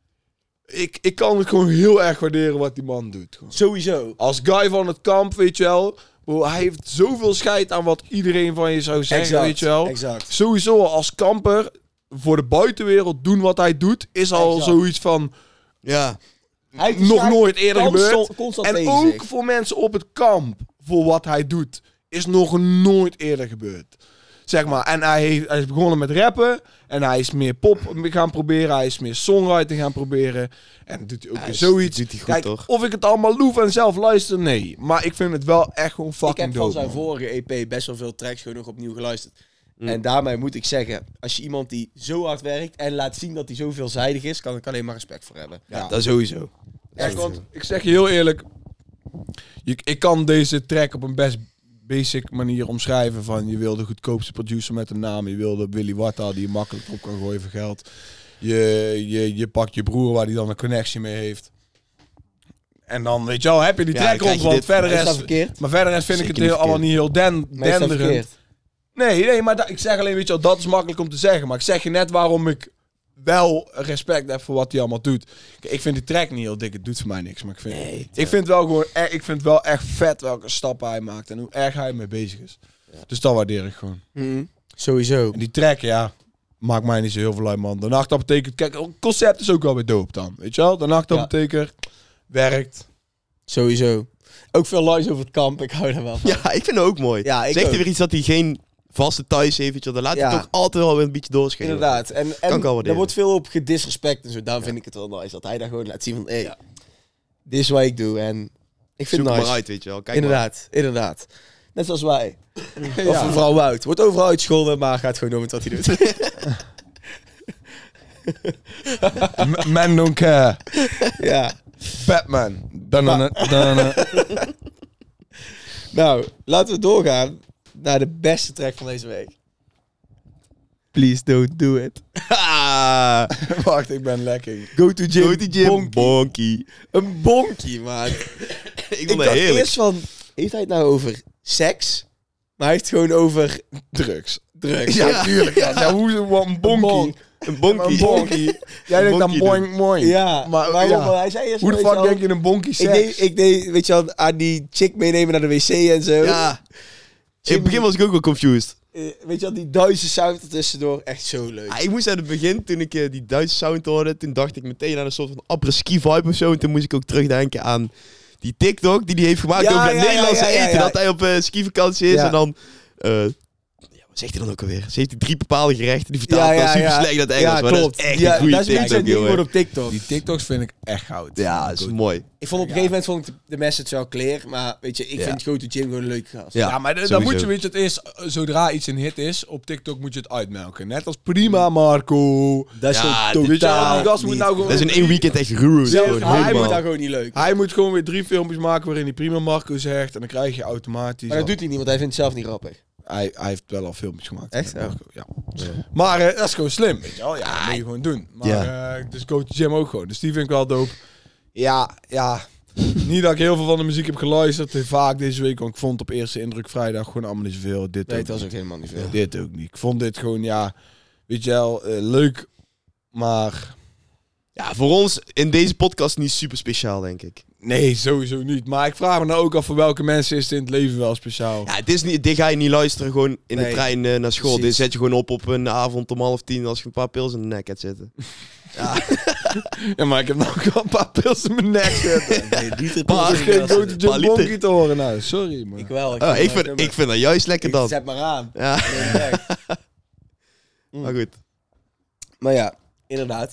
Ik, ik kan het gewoon heel erg waarderen wat die man doet. Gewoon.
Sowieso.
Als guy van het kamp, weet je wel. bro, Hij heeft zoveel scheid aan wat iedereen van je zou zeggen,
Exact,
weet je wel.
exact.
Sowieso als kamper, voor de buitenwereld doen wat hij doet, is al
Exact.
zoiets van...
Ja,
Hij heeft die
nog
scheid
nooit eerder
constant-
gebeurd.
constant
En
tegen
ook
zich.
voor mensen op het kamp, voor wat hij doet, is nog nooit eerder gebeurd. Zeg maar, en hij, heeft, hij is begonnen met rappen. En hij is meer pop gaan proberen. Hij is meer songwriting gaan proberen. En dan doet hij ook
Ja,
weer
dat
zoiets.
doet hij goed,
Kijk,
toch?
of ik het allemaal loef en zelf luister, nee. Maar ik vind het wel echt gewoon
Ik
fucking
heb van
dope,
zijn
man.
vorige E P best wel veel tracks gewoon nog opnieuw geluisterd.
Mm.
En daarmee moet ik zeggen, als je iemand die zo hard werkt en laat zien dat hij zo veelzijdig is, kan ik alleen maar respect voor hebben.
ja, dat sowieso.
Echt, want ik zeg je heel eerlijk. Je, ik kan deze track op een best basic manier omschrijven. Van je wil de goedkoopste producer met een naam. Je wil de Willy Wartaal die je makkelijk op kan gooien voor geld. Je, je, je pakt je broer waar die dan een connectie mee heeft. En dan weet je wel, heb je die
Ja,
track
dan krijg
rond.
je
Want
dit.
verder
Is dat
is,
verkeerd?
maar verder is vind ik
Zeker
het heel,
niet
allemaal niet heel den,
Maar is dat
denderend.
verkeerd?
Nee, nee, maar da- ik zeg alleen, weet je wel, dat is makkelijk om te zeggen. Maar ik zeg je net waarom ik wel respect heb voor wat hij allemaal doet. Kijk, ik vind die track niet heel dik, het doet voor mij niks. Maar ik vind,
Nee,
ik vind wel gewoon, e- ik vind wel echt vet welke stappen hij maakt en hoe erg hij mee bezig is.
Ja.
Dus dat waardeer ik gewoon.
Mm, sowieso.
En die track, ja, maakt mij niet zo heel veel uit, man. De nachtapotheker, kijk, het concept is ook wel weer dope dan. Weet je wel? De nachtapotheker werkt.
Sowieso. Ook veel lies over het kamp, ik hou daar wel van.
Ja, ik vind het ook mooi.
Ja, ik
Zegt
ook.
hij weer iets dat hij geen vaste thuis heeft, weet je wel, dan laat
Ja.
hij toch altijd wel weer een beetje doorschijnen.
Inderdaad. En,
Kan
en
ik wel waarderen.
er wordt veel op gedisrespect en zo. Daarom vind ik het wel nice. Dat hij daar gewoon laat zien van, hé, hey, dit is wat ik doe. En ik vind
Zoek
het
het
nice.
maar uit, weet je wel. Kijk
Inderdaad, inderdaad. Net zoals wij.
Ja.
Of mevrouw Wout. Wordt overal uitgescholden, maar gaat gewoon door met wat hij doet.
M- Man don't care.
Ja.
Batman. Dan, dan, dan, dan.
Nou, laten we doorgaan naar de beste track van deze week. Please don't do it.
maar.
Wacht, ik ben lekker.
Go to gym.
Go to gym.
Bonky.
Bonky.
Een bonkie, man.
Ik
Ik
vond dat
dacht
heerlijk.
eerst van, heeft hij het nou over seks? Maar hij heeft het gewoon over
Drugs.
drugs.
Ja, tuurlijk. Ja. Nou, hoe wat een bonkie.
bonk.
Een bonky.
Een bonkie. Jij denkt dan
bonkie
boing boing.
Ja,
maar
waarom?
ja.
Want hij zei eerst
Hoe de
weet je
fuck
wel,
denk je een bonkie
Ik
seks?
deed, ik deed, weet je wel, aan die chick meenemen naar de wc en zo.
Ja. In het begin was ik ook wel confused.
Eh, weet je wel, die Duitse sound ertussendoor. Echt zo leuk.
Ah, ik moest aan het begin, toen ik eh, die Duitse sound hoorde, toen dacht ik meteen aan een soort van apres-ski vibe of zo. En toen moest ik ook terugdenken aan die TikTok die hij heeft gemaakt
Ja,
over het
ja, ja,
Nederlandse
ja, ja,
eten.
ja.
Dat hij op uh, skivakantie is
Ja.
en dan... eh, ja, wat zegt hij dan ook alweer? Ze heeft die drie bepaalde gerechten, die vertaalt
Ja,
dan
ja,
super
ja.
slecht uit Engels.
Ja,
maar
klopt.
dat is echt
Ja,
een goede
dat is een beetje
TikTok,
een ding
joh.
worden op TikTok.
Die TikToks vind ik echt goud.
Ja, dat is mooi.
Ik vond op een gegeven moment vond ik de, de message wel clear. Maar weet je, ik
Ja.
vind Go to Gym gewoon een leuke gast.
Ja.
Ja, maar d- dan
sowieso.
moet je, weet je, het is, eh, zodra iets een hit is, op TikTok moet je het uitmelken. Net als Prima Marco.
Dat is
Ja,
gewoon
dit-
Weet je wel,
totaal
die gast moet
niet.
nou gewoon...
Dat is in één weekend echt rude.
Zelfs
gewoon
hij
Hij
helemaal.
moet daar gewoon niet leuk.
Hij moet gewoon weer drie filmpjes maken waarin hij Prima Marco zegt. En dan krijg je automatisch...
Maar dat
al-
doet hij niet, want hij vindt het zelf niet grappig.
hij, hij heeft wel al filmpjes gemaakt.
Echt?
met Marco, ja. Maar eh, dat is gewoon slim, weet je wel. Ja, dat moet je gewoon doen. Maar
Ja.
eh, dus Go to Gym ook gewoon. Dus die vind ik wel dope. Ja, ja. Niet dat ik heel veel van de muziek heb geluisterd. eh, Vaak deze week, want ik vond op eerste indruk vrijdag gewoon allemaal niet zoveel. Dit
Nee,
ook
het was
niet.
ook helemaal niet veel.
Dit ook niet. Ik vond dit gewoon, ja, weet je wel, eh, leuk, maar
Ja, voor ons in deze podcast niet super speciaal, denk ik.
nee, sowieso niet. Maar ik vraag me nou ook af voor welke mensen is het in het leven wel speciaal.
Ja, het is niet, dit ga je niet luisteren gewoon in de
Nee,
trein eh, naar school.
precies.
Dit zet je gewoon op op een avond om half tien als je een paar pils in de nek hebt zitten.
Ja, maar ik heb nou ook wel een paar pils in mijn nek zitten.
Nee, niet het
Maar
Dus geen Go to
Paar
Gym
liter.
bonkie te horen. Nou, sorry, man.
Ik wel. Ik,
Oh, ik,
vind,
vind, ik vind dat juist lekker dan.
Zet maar aan.
Ja,
Neem het weg.
maar goed.
Maar ja, inderdaad.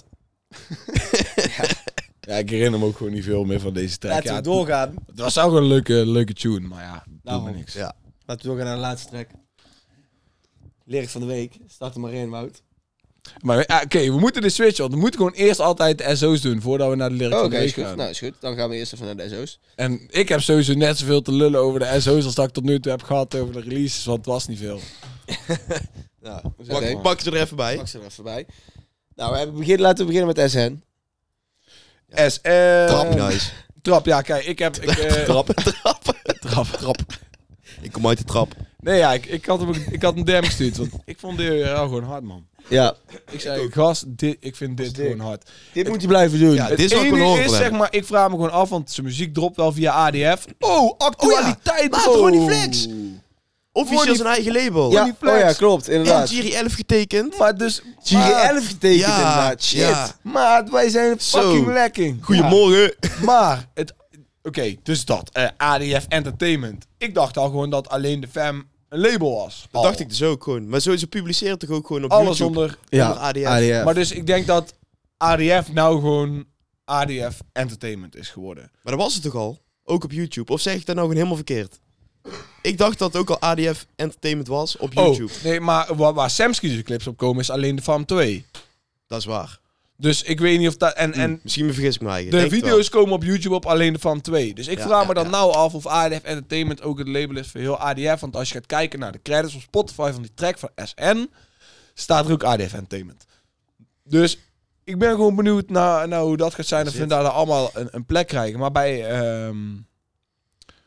Ja, ik herinner me ook gewoon niet veel meer van deze track.
Laten
Ja,
we doorgaan.
het was ook gewoon een leuke, leuke tune, maar ja, doet
Daarom.
me niks.
Ja.
Laten we doorgaan naar de laatste track. Lyric van de week. Start er maar in, Wout.
Maar ja, oké, we moeten de switch op. We moeten gewoon eerst altijd de S O's doen voordat we naar de lyric
Oh,
van
Oké,
de
is
week
goed.
gaan.
Nou, is goed. Dan gaan we eerst even naar de S O's.
En ik heb sowieso net zoveel te lullen over de S O's als dat ik tot nu toe heb gehad over de releases, want het was niet veel.
Nou,
Pak,
oké.
pak ze er even bij.
Pak ze er even bij. Nou, we hebben begin, laten we beginnen met S N.
S N.
Trap, nice.
Trap, ja, kijk, ik heb... Ik, eh,
Trap, trap.
trap, trap.
Ik kom uit de trap.
Nee, ja, ik, ik, had hem, ook- ik had een D M gestuurd, want ik vond dit wel gewoon hard, man.
Ja.
Ik zei, gast, dit, ik vind dit
dik.
gewoon hard.
Dit moet hij blijven doen.
Ja,
Het
dit is wat ik wil
enige
horen
is,
van
zeg
hem.
maar, ik vraag me gewoon af, want zijn muziek dropt wel via A D F. Oh, actualiteit,
Maat,
bro.
Ronnie Flex. Officieel
Ronnie-
zijn eigen label.
Ja,
Ronnie
oh
Flex.
ja, klopt.
En
Inderdaad.
Giri elf getekend.
Maar dus...
G G
maat,
elf getekend
Ja,
inderdaad. Shit.
ja.
Maat, wij zijn
Zo.
fucking lekker.
Goedemorgen.
Ja, maar, het... Oké, dus dat. eh, A D F Entertainment. Ik dacht al gewoon dat alleen de fam een label was.
Dat dacht ik dus ook gewoon. Maar sowieso publiceren toch ook gewoon op
Alles
YouTube.
onder...
Ja,
Onder A D F.
A D F.
Maar dus ik denk dat A D F nou gewoon A D F Entertainment is geworden.
Maar dat was het toch al? Ook op YouTube. Of zeg ik dat nou gewoon helemaal verkeerd? Ik dacht dat het ook al A D F Entertainment was op YouTube.
Oh, nee, maar waar, waar Samsky's clips op komen is alleen de Fam twee.
Dat is waar.
Dus ik weet niet of dat... En, en
Hm, Misschien vergis ik me eigen.
de
Denk het
video's komen op YouTube op alleen de Fam twee. Dus ik
Ja,
vraag
ja,
me dan
ja.
nou af of A D F Entertainment ook het label is voor heel A D F. Want als je gaat kijken naar de credits op Spotify van die track van S N, staat er ook A D F Entertainment. Dus ik ben gewoon benieuwd naar, naar hoe dat gaat zijn. Of we
Zit.
daar allemaal een, een plek krijgen. Maar bij... ehm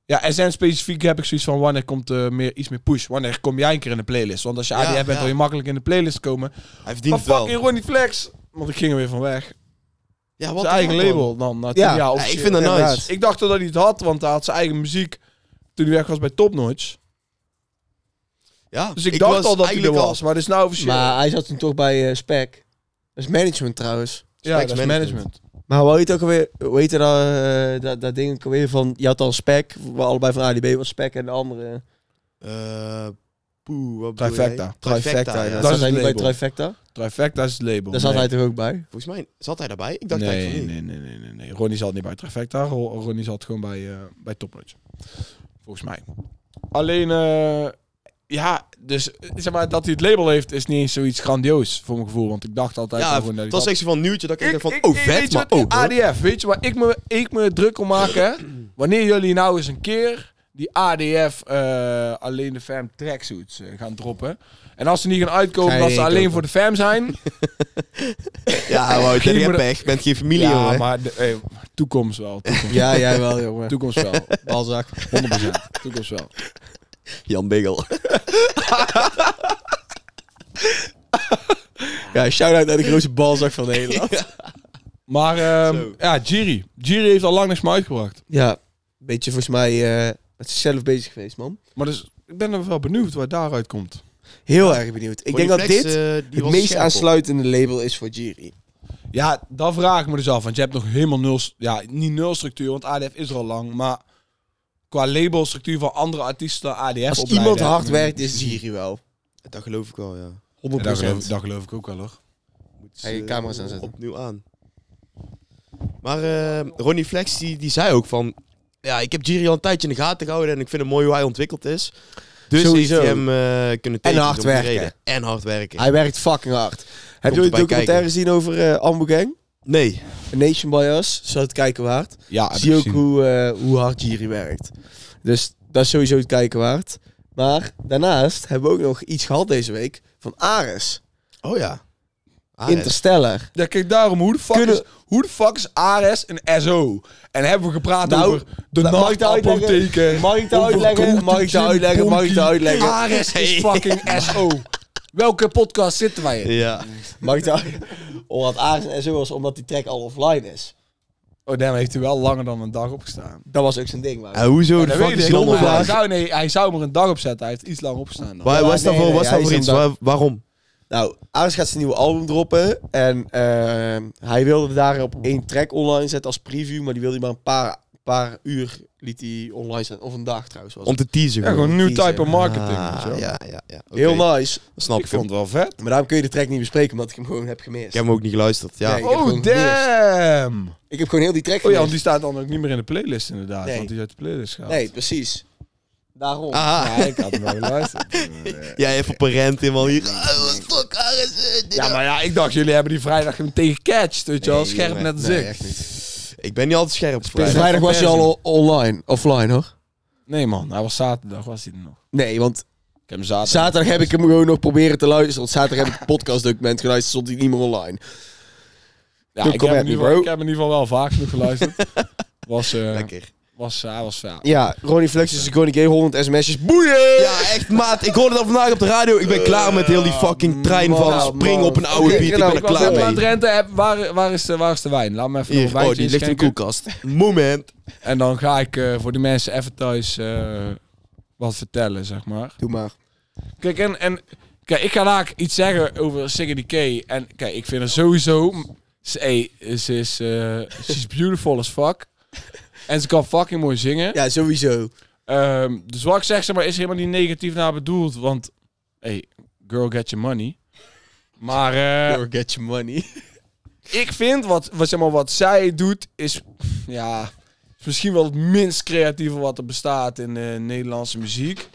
Ja, en zijn specifiek heb ik zoiets van wanneer komt er meer, iets meer push. Wanneer kom jij een keer in de playlist? Want als je A D F
Ja,
bent,
ja.
wil je makkelijk in de playlist komen.
Hij verdient
Maar
het wel.
fucking Ronnie Flex. Want ik ging er weer van weg.
Ja, wat
Zijn eigen label dan. Na tien
Ja.
jaar
Ja,
Ja, ik
officieel.
vind dat nice.
Inderdaad.
Ik dacht dat hij het had, want hij had zijn eigen muziek toen hij weg was bij Top Notch.
Ja,
Dus ik, dacht
was
al dat hij er
eigenlijk
was, maar het is nou officieel.
Maar hij zat toen toch bij uh, Spec. Dat is management trouwens.
ja,
Specs
dat is
management.
management.
Maar hoe heet het ook alweer? Hoe heet dat, uh, dat, dat ding ook alweer van... Je had dan Spec, waar allebei van A D B was Spec en de andere...
Eh, poeh, wat bedoel
Trifecta.
jij?
Trifecta.
ja.
Ja.
Dat
Zat
is
hij
het
niet bij
label.
Trifecta?
Trifecta is het label.
Daar zat
Nee.
hij toch ook bij?
Volgens mij zat hij daarbij. Ik dacht eigenlijk
Nee,
van niet.
nee, nee, nee, nee, nee. Ronnie zat niet bij Trifecta. Ro- Ronnie zat gewoon bij, uh, bij Top Notch. Volgens mij. Alleen, uh, ja, dus zeg maar dat hij het label heeft is niet eens zoiets grandioos voor mijn gevoel. Want ik dacht altijd
Ja,
gewoon dat hij
het was
dat-
echt zo van nieuwtje dat ik, dacht van,
Ik-
oh
ik-
vet,
weet je
maar
wat,
oh,
A D F, weet je waar ik me, ik me druk om maken? Wanneer jullie nou eens een keer die A D F uh, alleen de fam tracksuits uh, gaan droppen. En als ze niet gaan uitkomen,
Ga je
dat ze
niet
alleen
kopen.
voor de fam zijn.
Ja, Wout,
Geen
je hebt
moeder-
pech. Bent geen familie,
ja,
jongen.
maar de, hey, toekomst wel. Toekomst,
Ja, jij wel, jongen.
toekomst wel.
Balzak.
honderd procent. Toekomst wel.
Jan Biggel.
Ja, shout-out naar de grootste balzak van Nederland.
Maar ehm,
Zo.
ja, Jiri. Jiri heeft al lang niks meer uitgebracht.
Ja, een beetje volgens mij uh, met zichzelf bezig geweest, man.
Maar dus, ik ben er wel benieuwd waar daaruit komt.
Heel erg benieuwd. Ik denk dat
Ronnie
dit
Flex, eh, die
het
was
meest
scherp op.
aansluitende label is voor Jiri.
Ja, dat vraag ik me dus af. Want je hebt nog helemaal nul... Ja, niet nul structuur, want A D F is er al lang. Maar qua labelstructuur van andere artiesten dan A D F
Als
opleiden,
iemand
heb
hard
ik nog
werkt,
niet
is
gezien.
Jiri wel.
Dat geloof ik wel, ja.
Ja,
honderd
dat, geloof,
procent.
dat geloof ik ook wel, hoor.
Moet
Ga je
ze,
camera's
eh,
aanzetten.
Opnieuw aan. Maar eh, Ronnie Flex, die, die zei ook van... Ja, ik heb Jiri al een tijdje in de gaten gehouden en ik vind het mooi hoe hij ontwikkeld is. Dus
Sowieso.
heeft hij hem eh, kunnen tekenen.
hard
om die
werken.
reden. En hard werken.
Hij werkt fucking hard. Heb je ooit
erbij
een documentaire gezien over uh, Ambu Gang?
Nee.
A Nation by Us. Zou het kijken waard.
Ja, heb
Zie
ik
ook
gezien.
hoe, uh, hoe hard Jiri werkt. Dus dat is sowieso het kijken waard. Maar daarnaast hebben we ook nog iets gehad deze week van Ares.
Oh ja. Ah,
Interstellar.
Ja, kijk daarom. Hoe de fuck,
Kunnen-
is, hoe de fuck is Ares een S O? En hebben we gepraat
Nou,
over de
mag ik het
nachtapotheken.
uitleggen? Mag ik het
over
uitleggen?
grote
Mag ik het
gin
uitleggen? Mag ik het
bonkie.
uitleggen?
Ares is fucking S O. Welke podcast zitten wij in?
Ja.
Mag ik het uitleggen? Omdat Ares een S O was, omdat die track al offline is.
Oh, daarom heeft hij wel langer dan een dag opgestaan.
Dat was ook zijn ding. Maar.
Ah, hoezo
Ja,
de
dat
fuck
weet
is
ik.
hij dan
Maar hij,
offline?
zou, nee, hij zou maar een dag opzetten. Hij heeft iets langer opgestaan dan.
Waar
Ja,
was dat
nee,
voor,
nee,
was
hij
dat voor
is
iets?
omdat-
Waar- waarom?
Nou, Ares gaat zijn nieuwe album droppen. En uh, hij wilde daarop één track online zetten als preview. Maar die wilde hij maar een paar, paar uur liet hij online zetten. Of een dag trouwens. Was
Om te teasen.
Ja, gewoon een nieuw
teaser.
type of marketing.
Ah,
weet je wel.
ja, ja, ja. Oké,
heel nice.
dat snap
Ik
ik.
vond het wel vet.
Maar daarom kun je de track niet bespreken. Omdat ik hem gewoon heb gemist.
Ik heb hem ook niet geluisterd. Ja.
Nee. Ik heb
Oh,
gewoon
damn.
Ik heb gewoon heel die track
Oh ja, want
gemist.
die staat dan ook niet meer in de playlist inderdaad.
Nee.
Want die is uit de playlist gehaald.
Nee, precies. Daarom.
Aha.
Ja, ik had hem wel geluisterd.
Jij even op een rent in man hier. Ah, wat fuck, Ares, eh, dit
Ja, maar ja, ik dacht, jullie hebben die vrijdag meteen gecatcht, weet je wel.
Nee,
Scherp
jongen.
net als
Nee,
ik.
echt niet.
Ik ben niet altijd scherp.
Dus
Vrijdag.
vrijdag was hij al o- online. Offline hoor.
Nee man, hij was zaterdag, was hij er nog.
Nee, want
Ik heb hem zaterdag.
zaterdag heb ik hem gewoon nog proberen te luisteren. Want zaterdag heb ik het podcastdocument geluisterd. Stond hij niet meer online.
Ja,
Don't
ik
come
heb,
at
in
me,
ieder geval,
bro.
ik heb in ieder geval wel vaak genoeg geluisterd. was, eh
Lekker.
was, hij was ja.
Ja, Ronnie Flex is gewoon een keer honderd sms'jes. Boeien!
Ja, echt maat. Ik hoorde dat vandaag op de radio. Ik ben klaar met heel die fucking trein
man,
van springen
man.
op een oude
Oké,
Piet. Ik
nou,
ben er
Ik was
klaar
even aan
mee.
het renten, heb, waar, waar, is de, waar is de wijn? Laat me even nog
Hier,
een wijntje
oh, die ligt in de
inschenken.
koelkast. Moment.
En dan ga ik eh, voor de mensen even thuis eh, wat vertellen, zeg maar.
Doe maar.
Kijk, en, en kijk, ik ga daar iets zeggen over Siggy D K. En kijk, ik vind er sowieso... Ze, hey, ze is... eh she's beautiful as fuck. En ze kan fucking mooi zingen.
Ja, sowieso.
Ehm, dus wat ik zeg, zeg maar, is helemaal niet negatief naar bedoeld. Want, hey, girl, get your money. Maar eh,
Or get your money.
ik vind wat, wat, zeg maar, wat zij doet, is... Ja, is misschien wel het minst creatieve wat er bestaat in de Nederlandse muziek.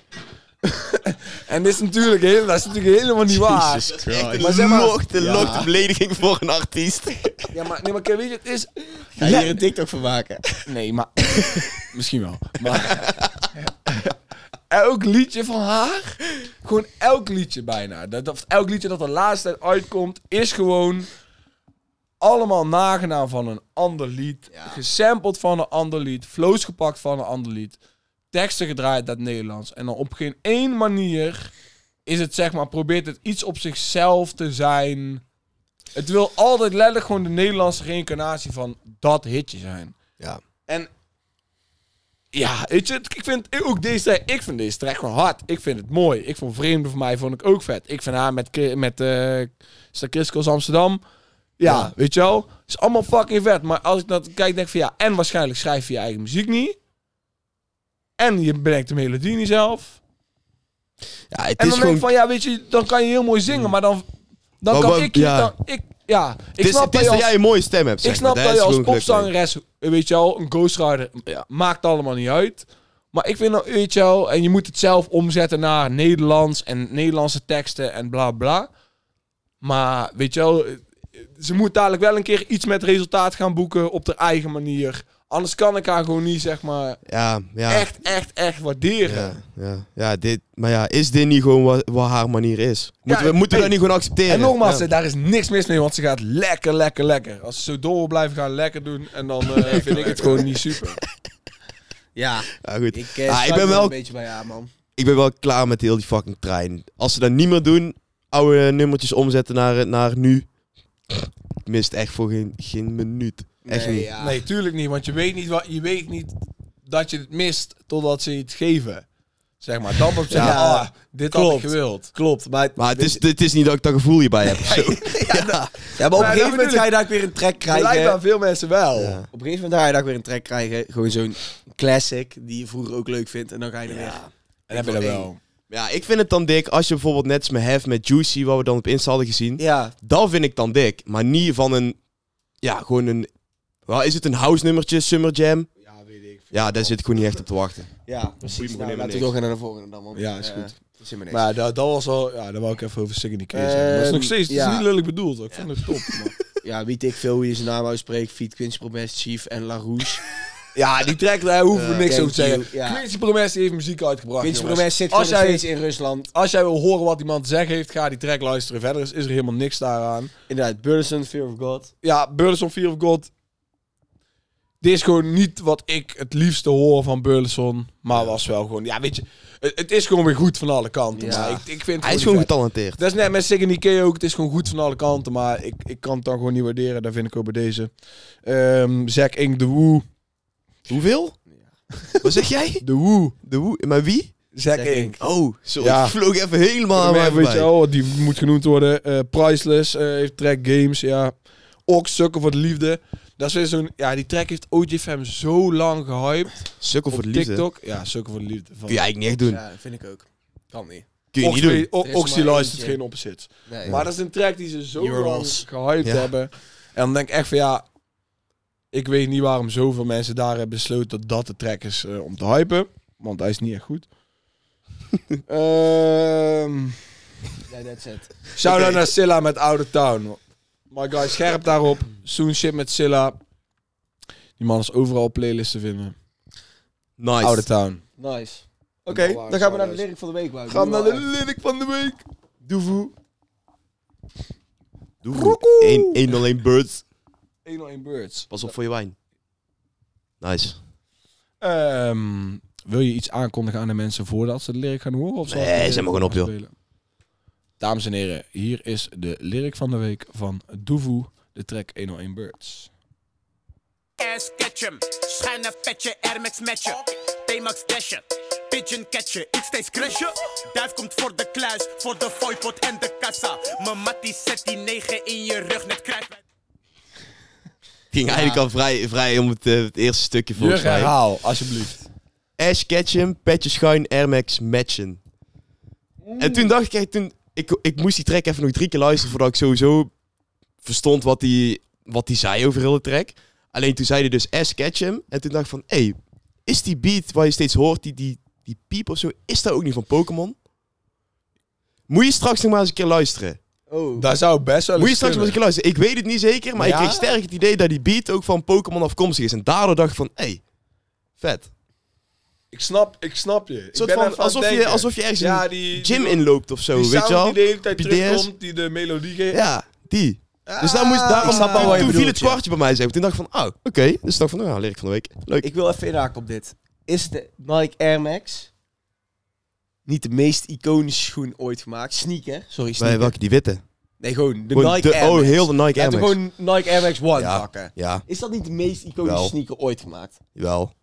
En dit is natuurlijk, heel, dat is natuurlijk helemaal niet waar.
Jesus Christ.
Echt
Maar
een
zeg maar-
log, de
Ja.
log de belediging voor een artiest.
Ja, maar, nee, maar kijk, weet je, het is...
Ga je hier een TikTok van maken?
Nee, maar... Misschien wel. Maar... elk liedje van haar... Gewoon elk liedje bijna. Dat, of elk liedje dat de laatste tijd uitkomt... is gewoon... allemaal nagedaan van een ander lied.
Ja.
Gesampled van een ander lied. Flows gepakt van een ander lied. teksten gedraaid naar het Nederlands. En dan op geen één manier is het, zeg maar, probeert het iets op zichzelf te zijn. Het wil altijd letterlijk gewoon de Nederlandse reïncarnatie van dat hitje zijn.
Ja.
En ja, weet je, ik vind ook deze track, ik vind deze track gewoon hard. Ik vind het mooi. Ik vond Vreemde van mij vond ik ook vet. Ik vind haar met, met uh, Chris Amsterdam. Ja, ja, weet je wel. Is allemaal fucking vet. Maar als ik dat kijk, denk ik van ja, en waarschijnlijk schrijf je je eigen muziek niet. En je bedenkt de melodie niet zelf.
Ja, het
en dan
is
denk
gewoon...
ik van ja, weet je, dan kan je heel mooi zingen, maar dan, dan
maar,
kan
maar,
ik je...
ja.
Dan, ik, ja, ik
het is,
snap
het
dat
is
je
dat
als,
jij een mooie stem hebt, zeg
ik snap
maar.
dat je als
gelukkig
popzangeres, weet je wel, een ghostwriter, ja, maakt allemaal niet uit. Maar ik vind, weet je wel, en je moet het zelf omzetten naar Nederlands en Nederlandse teksten en bla bla. Maar, weet je wel, ze moet dadelijk wel een keer iets met resultaat gaan boeken op haar eigen manier. Anders kan ik haar gewoon niet, zeg maar,
ja, ja.
echt, echt, echt waarderen.
Ja, ja, ja, dit, maar ja, is dit niet gewoon wat, wat haar manier is? Moeten
Ja,
we, moeten we
hey,
dat niet gewoon accepteren?
En nogmaals,
ja.
daar is niks mis mee, want ze gaat lekker, lekker, lekker. Als ze zo door wil blijven gaan, lekker doen. En dan uh, vind ik het gewoon niet super.
Ja,
Ja, goed.
ik, uh,
Ah, ik
sluit
ben
me
wel-
een beetje bij ja, man.
Ik ben wel klaar met heel die fucking trein. Als ze dat niet meer doen, oude nummertjes omzetten naar, naar nu. Ik mis het echt voor geen, geen minuut. Echt
Nee,
niet.
ja.
Nee, tuurlijk niet. Want je weet niet, wat, je weet niet dat je het mist totdat ze iets geven. Zeg maar, dan op zeggen,
Ja,
ah, dit had ik
klopt.
gewild.
Klopt, maar,
Maar het is, het is niet dat ik dat gevoel hierbij heb. of zo.
ja, ja, maar op een
dat
gegeven moment
bedoel
ga je daar ook weer een track
Lijkt
krijgen.
aan veel mensen wel.
Ja.
Op een gegeven moment ga je daar ook weer een track krijgen. Gewoon zo'n classic die je vroeger ook leuk vindt. En dan ga je er weer.
En heb je dat wel.
Ja, ik vind het dan dik als je bijvoorbeeld net als met Hef met Juicy, wat we dan op Insta hadden gezien.
Ja,
Dat vind ik dan dik. Maar niet van een, ja, gewoon een, wel, is het een house nummertje, Summer Jam?
Ja, weet ik.
Ja, daar zit ik gewoon niet echt op te wachten.
ja, precies.
me
Nou,
helemaal
laten we
niks.
doorgaan naar de volgende dan, man.
Ja, is
Eh,
goed.
dat is helemaal niks.
Maar ja, dat, dat was al, ja, daar wou ik even over Siggity K zeggen.
Ehm,
Maar het is nog steeds, het is
ja.
niet lullig bedoeld. Ik vond het top. Maar.
Ja, weet ik veel hoe je zijn naam uitspreekt. Feat, Quincy Promes, Chief en La Rouge.
Ja, die track, daar hoeven we
Uh,
niks
thank
over te zeggen.
you, ja.
Quincy Promes heeft muziek uitgebracht.
Quincy
jongens.
Promes zit
Als
gewoon nog
jij-
steeds in Rusland.
Als jij wil horen wat iemand te zeggen heeft, ga die track luisteren. Verder is, is er helemaal niks daaraan.
Inderdaad, Burleson, Fear of God.
Ja, Burleson, Fear of God. Dit is gewoon niet wat ik het liefste hoor van Burleson. Maar was wel gewoon... Ja, weet je... Het, het is gewoon weer goed van alle kanten.
Ja.
Maar ik, ik vind het
Hij is
niet
gewoon
vet.
getalenteerd.
Dat is net met Siggy K ook. Het is gewoon goed van alle kanten. Maar ik, ik kan het dan gewoon niet waarderen. Dat vind ik ook bij deze. Um, Zack Ink, de Woe.
Hoeveel? Wat zeg jij?
De Woe.
De woe? Maar wie?
Zack
Zack
Ink.
Ink.
Oh, sorry.
Ja.
Ik vloog even helemaal aan
Maar,
mij
weet je
voorbij.
wel, die moet genoemd worden. Uh, Priceless uh, heeft track Games, ja. Ox, Sukken voor de Liefde. Dat is weer zo'n... Ja, die track heeft O G F M zo lang gehyped.
Sukkel voor
Op
de liefde.
TikTok. Ja, Sukken voor de Liefde. Van
Kun je eigenlijk niet echt doen.
Ja, vind ik ook. Kan niet.
Kun je
Ox,
niet doen.
weet- O-
Er is
Ox die
maar
luistert
eentje.
geen opposites.
Nee.
Maar dat is een track die ze zo
Euros.
lang gehyped
Ja.
hebben. En dan denk ik echt van ja... Ik weet niet waarom zoveel mensen daar hebben besloten dat dat de track is uh, om te hypen. Want hij is niet echt goed. Ehm
Ja, that's it.
Shout-out
Oké.
naar Silla met Outer Town. My guy, scherp daarop. Soon shit met Silla. Die man is overal op playlists te vinden.
Nice.
Outer Town.
Nice. Oké, dan gaan we naar de lyric van de week. Wout.
Gaan we naar de
Doe
lyric van de week. Doevoe.
Doe één, één alleen birds.
honderdéén Birds.
Pas op voor je wijn. Nice.
Ehm, wil je iets aankondigen aan de mensen voordat ze de lyric gaan horen? Of zal ik
Nee,
de lyric
zet maar gewoon op, joh.
spelen? Dames en heren, hier is de lyric van de week van Doevoe, de track honderdéén Birds.
Ass ketchum, schuine petje, Air Max matchen, T-Max dashen, pigeon catchen, ik steeds crashen. Duif komt voor de kluis, voor de voipot en de kassa. Mijn mattie zet die negen in je rug, net kruis.
Ging eigenlijk al vrij, vrij om het, uh, het eerste stukje volgens
Jurgen,
mij.
herhaal, alsjeblieft.
Ash Ketchum, petje schuin, Air Max matchen. En toen dacht ik, echt, toen, ik, ik moest die track even nog drie keer luisteren voordat ik sowieso verstond wat hij wat die zei over heel de track. Alleen toen zei hij dus Ash Ketchum. En toen dacht ik van, hé, hey, is die beat waar je steeds hoort, die, die, die piep of zo, is dat ook niet van Pokémon? Moet je straks nog maar eens een keer luisteren.
Oh.
Daar zou best wel
Moet je
eens
straks maar eens een
kunnen.
keer luisteren. Ik weet het niet zeker, maar
Ja?
ik kreeg sterk het idee dat die beat ook van Pokémon afkomstig is. En daardoor dacht ik van, hé, hey, vet.
Ik snap, ik snap je.
Een
Ik
soort
ben
van,
even aan het
alsof, je,
denken.
alsof je ergens
Ja,
een
die,
gym
die,
inloopt of zo,
die
weet
sound
je wel?
die de hele tijd
P D S.
terugkomt, die de melodie geeft.
Ja, die. Dus daar moest, daarom,
ik snap wel wat je
toen viel
bedoelt,
het
ja.
kwartje bij mij. Zeg. Toen dacht ik van, oh, oké. Dus ik dacht van, nou, leer ik van de week. Leuk.
Ik wil even inhaken op dit. is de Nike Air Max niet de meest iconische schoen ooit gemaakt? Sneaker, sorry,
Bij
sneaker.
welke, die witte?
Nee, gewoon de
Gewoon
Nike
de-
Air Max.
oh, heel de Nike Air
Laten we
Max.
gewoon Nike Air Max One
Ja.
pakken.
Ja,
Is dat niet de meest iconische
Wel.
sneaker ooit gemaakt?
jawel.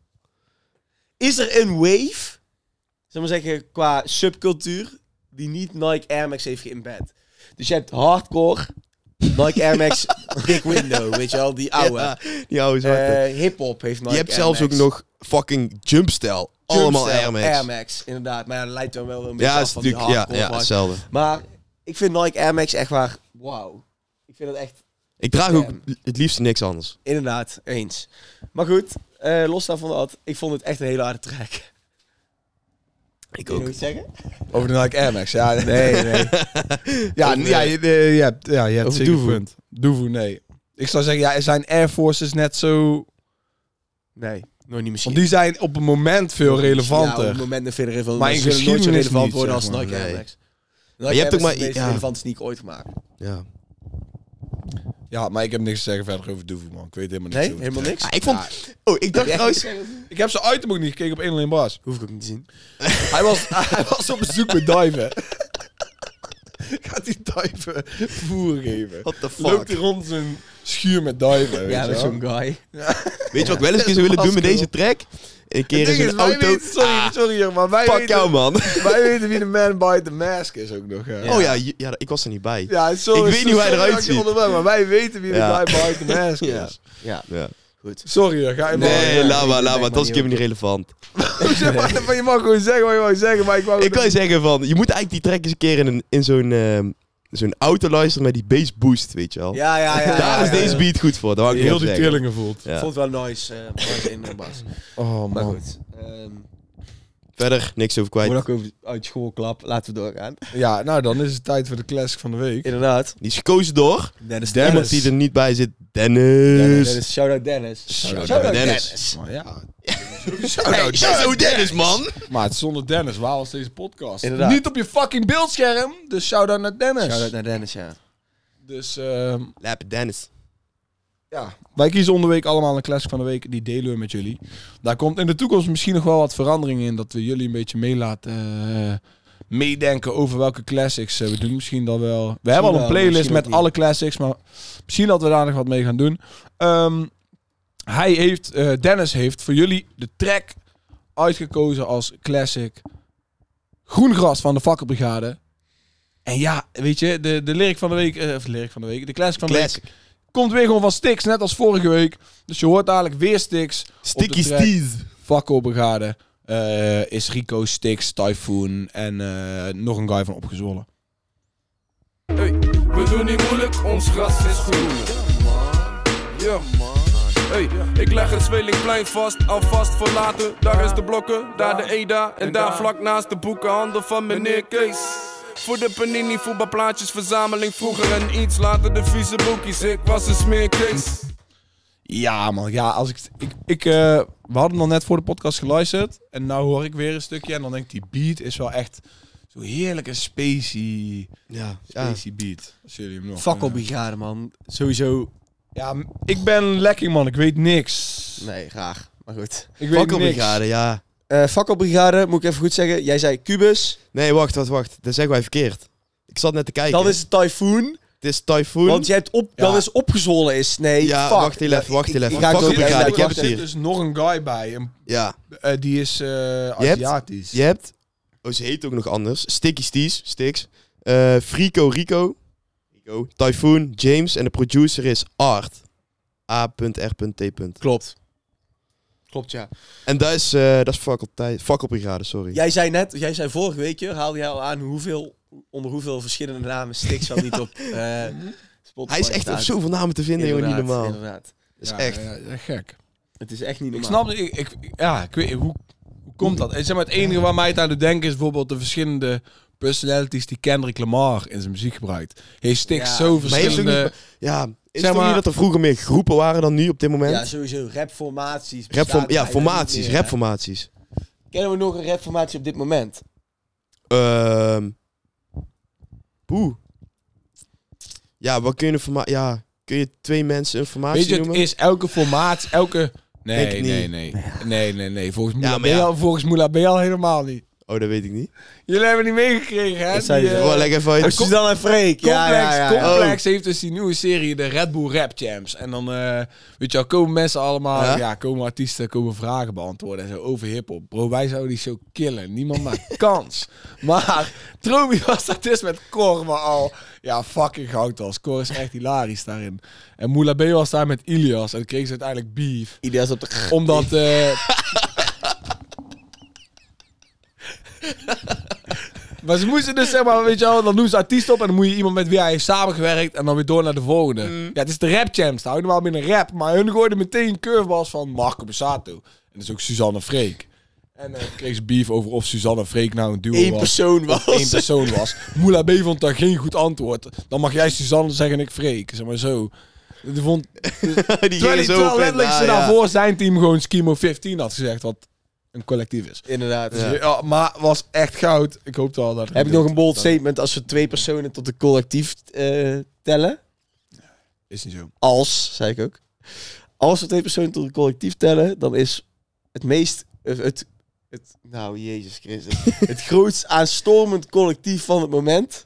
Is er een wave, zeg maar zeggen, qua subcultuur, die niet Nike Air Max heeft geïmbed? Dus je hebt hardcore, Nike Air Max Big Window, weet je wel, die oude.
Ja, die oude zwarte.
Eh, hip-hop heeft Nike
je hebt
Air
zelfs
Max.
ook nog fucking jumpstyle. Allemaal
Jumpstyle,
Air Max.
Air Max, inderdaad. Maar ja, dat lijkt dan wel een beetje
Ja,
af
is
van die
natuurlijk ja,
hardcore
ja,
vibe.
hetzelfde.
Maar ik vind Nike Air Max echt waar, wauw. Ik vind het echt,
Ik draag ook
Damn.
het liefst niks anders.
inderdaad, eens. Maar goed, eh, los daarvan dat, ik vond het echt een hele harde track.
Ik
Wil je
ook.
nog iets zeggen?
Over de Nike Air Max, ja.
Nee, nee.
Ja,
Over,
ja,
eh,
je, eh, je hebt, ja, je hebt
over
zeker een
Doevoe.
punt. Doevoe, nee. Ik zou zeggen, ja, zijn Air Forces net zo...
Nee, nog niet misschien.
Want die zijn op het moment veel
Ja, op
relevanter.
het moment nog veel relevant.
Maar
Maar
in
ze zullen nooit zo
geschiedenis
relevant
niet,
worden als
zeg maar.
Nike Air
Nee.
Max.
Maar
Nike
je hebt
Air
ook
Max is
maar-
de meest
ja.
relevante sneaker ooit gemaakt.
Ja.
Ja, maar ik heb niks te zeggen verder over Doevoe, man. Ik weet helemaal niks
Nee,
over
helemaal
de
niks?
Ah, ik vond... Oh, ik dacht
Ja,
trouwens...
Ik heb zijn item ook niet gekeken op één alleen Bars.
Hoef ik ook niet te zien.
Hij was, hij was op bezoek met Diven. Gaat die Diven voer geven.
What the
Loopt
fuck?
hij rond zijn schuur met Diven, weet
Ja,
je
met
wel?
zo'n guy.
Weet je wat ik wel eens een keer zou willen doen met deze track? Een keer in
Het ding
zo'n
is, wij
auto...
weten, sorry, sorry, maar wij
Fuck
weten,
jou, man.
wij weten wie de man behind the mask is ook nog. Hè.
Oh ja, je- ja, ik was er niet bij.
Ja, sorry,
Ik weet niet hoe hij
sorry
eruit
dat ik je
ziet.
onderbreek, maar wij weten wie de
Ja.
guy behind the mask
Ja.
is.
Ja,
Ja.
goed.
Sorry, hoor, ga je maar.
Nee,
ja,
laat
ik
maar,
denk
laat maar.
maar
Dat is
niet
een keer niet relevant.
Maar je mag gewoon zeggen wat je wou zeggen, maar ik wou...
Ik kan je zeggen van... Je moet eigenlijk die track eens een keer in, een, in zo'n... ehm, zo'n auto luisteren met die bass boost, weet je wel.
Ja, ja, ja.
Daar
ja,
is
ja,
deze
ja.
beat goed voor. Dat wou ik
heel
heel
die
zeggen.
trillingen voelt.
Ja.
Ik vond het wel nice, uh, nice in, uh, Bas.
Oh
Maar
man.
goed. ehm
Verder, niks over kwijt.
voordat ik over uit school klap, laten we doorgaan.
Ja, nou dan is het tijd voor de classic van de week.
Inderdaad.
Die is gekozen door...
Dennis.
Iemand die er niet bij zit.
Dennis.
Dennis.
Dennis. Shout-out Dennis.
Shout-out
Shout-out
Dennis.
Dennis.
Maar ja,
Hey, zo Dennis, man!
maar het is zonder Dennis, waar was deze podcast?
Inderdaad.
Niet op je fucking beeldscherm, dus shout-out naar Dennis.
Shout-out naar Dennis, ja.
Dus ehm,
Lap Dennis.
ja, wij kiezen onder de week allemaal een classic van de week. Die delen we met jullie. Daar komt in de toekomst misschien nog wel wat verandering in. Dat we jullie een beetje mee laten eh, meedenken over welke classics eh, we doen. Misschien dat wel. We hebben al een
wel,
playlist
misschien
met
ook niet.
alle classics. Maar misschien dat we daar nog wat mee gaan doen. Ehm, hij heeft, eh, Dennis heeft voor jullie de track uitgekozen als classic. Groen gras van de Fakkelbrigade. En ja, weet je, de, de lyric van de week, eh, of de lyric van de week, de classic van de
Classic.
week, komt weer gewoon van Styx, net als vorige week. Dus je hoort dadelijk weer Styx.
Sticky
Op de track.
Steez.
Fakkelbrigade eh, is Rico, Styx, Typhoon en eh, nog een guy van Opgezwollen.
Hey, we doen niet moeilijk, ons gras is groen. Ja, man. Hey, ik leg het Zwelingplein vast, alvast voor later. Daar is de blokken, daar de Eda. En daar vlak naast de boekenhandel van meneer Kees. Voor de Panini voetbalplaatjes verzameling vroeger en iets later de vieze boekies. Ik was een smeerkees.
Ja man, ja, als ik, ik, ik eh, we hadden nog net voor de podcast geluisterd en nou hoor ik weer een stukje en dan denk ik die beat is wel echt zo heerlijke spacey,
Ja, ja.
spacey beat. Als jullie hem nog.
Fakkelbrigade, man. Sowieso.
Ja, m- ik ben lekker man, ik weet niks.
Nee, graag. Maar goed.
Ik weet
Fakkelbrigade,
niks.
ja.
Eh Fakkelbrigade, moet ik even goed zeggen. Jij zei Cubus.
Nee, wacht, wacht, wacht. Dat zeggen wij verkeerd. Ik zat net te kijken.
Dan is het Typhoon.
Het is Typhoon.
Want je hebt op,
Ja.
dan is opgezwollen is. Nee,
Ja,
fuck.
wacht heel even, wacht heel even.
Ik, ik ga het ook
Fakkelbrigade,
uitleggen.
ik heb het
Er
hier.
is nog een guy bij, een,
Ja.
eh, die is eh
hebt-
Aziatisch.
Je hebt... Oh, ze heet ook nog anders. Sticky Steez, Stix. Eh Frico Rico. Rico. Typhoon, James. En de producer is Art. A R T.
Klopt. Klopt, ja.
En dat is, eh dat is fakkeltij- Fakkelbrigade, sorry.
Jij zei net, jij zei vorige week, haalde jij al aan hoeveel, onder hoeveel verschillende namen Styx wel niet op eh Spotify
Hij is echt
staat.
op zoveel namen te vinden, joh, niet
Inderdaad,
normaal.
Inderdaad.
Dat is
Ja,
echt...
ja, ja, gek.
Het is echt niet
Ik
normaal.
snap ik, ik, ja, ik weet hoe, hoe komt dat? Zeg maar, het enige waar mij het aan doet denken is bijvoorbeeld de verschillende personalities die Kendrick Lamar in zijn muziek gebruikt. Heeft Styx
Ja,
zo
Maar heeft ook
verschillende...
niet... Ja, is
Zeg
het ook
maar-
niet dat er vroeger meer groepen waren dan nu op dit moment?
Ja, sowieso. Rapformaties.
Rapform
bestaat
ja,
bijna
formaties,
niet meer, hè.
rapformaties.
Kennen we nog een rapformatie op dit moment?
Ehm Poeh. Ja, wat kun je een forma- Ja, kun je twee mensen een formatie
Weet je, het
noemen?
is elke formatie, elke Nee,
Denk ik
nee,
niet.
nee. Nee, nee, nee. Volgens
Ja,
Moula
maar
ben je
ja.
al, volgens Moula ben je al helemaal niet.
Oh, dat weet ik niet.
Jullie hebben niet meegekregen, hè?
Dat zei
Die,
je.
eh,
Gewoon lekker even
Oh,
uit.
Suzanne en Freek. Ja,
Complex,
ja, ja, ja.
Complex heeft dus die nieuwe serie, de Red Bull Rap Champs. En dan, eh, weet je wel, komen mensen allemaal, ja?
Ja?
komen artiesten, komen vragen beantwoorden en zo over hiphop. Bro, wij zouden die show killen. Niemand maakt kans. Maar Trobi was dat dus met Cor, maar al, ja, fucking goud was. Cor is echt hilarisch daarin. En Moula B was daar met Ilias en dan kreeg ze uiteindelijk beef.
Ilias op de...
Omdat... eh maar ze moesten dus, zeg maar, weet je wel, dan doen ze artiest op en dan moet je iemand met wie hij heeft samengewerkt en dan weer door naar de volgende. Ja, het is de Rap Champs, daar houden we wel binnen rap, maar hun gooiden meteen curveballs van Marco Borsato. En dat is ook Suzanne Freek. En dan kreeg ze beef over of Suzanne Freek nou een duo
Eén
was.
persoon was.
Of één persoon was. Moula B vond daar geen goed antwoord. Dan mag jij Suzanne zeggen en ik Freek, zeg maar zo. Die vond...
Die
Terwijl,
gingen
die,
zo
terwijl
op in.
letterlijk ze
Ah, ja.
daarvoor zijn team gewoon Schemo vijftien had gezegd, wat een collectief is.
Inderdaad.
Dus ja, maar was echt goud. Ik hoopte al dat...
Heb ik nog een bold statement als we twee personen tot een collectief eh, tellen?
Is niet zo.
Als, zei ik ook. Als we twee personen tot een collectief tellen, dan is het meest... eh, Het, het, nou, Jezus Christus. Het grootst aanstormend collectief van het moment.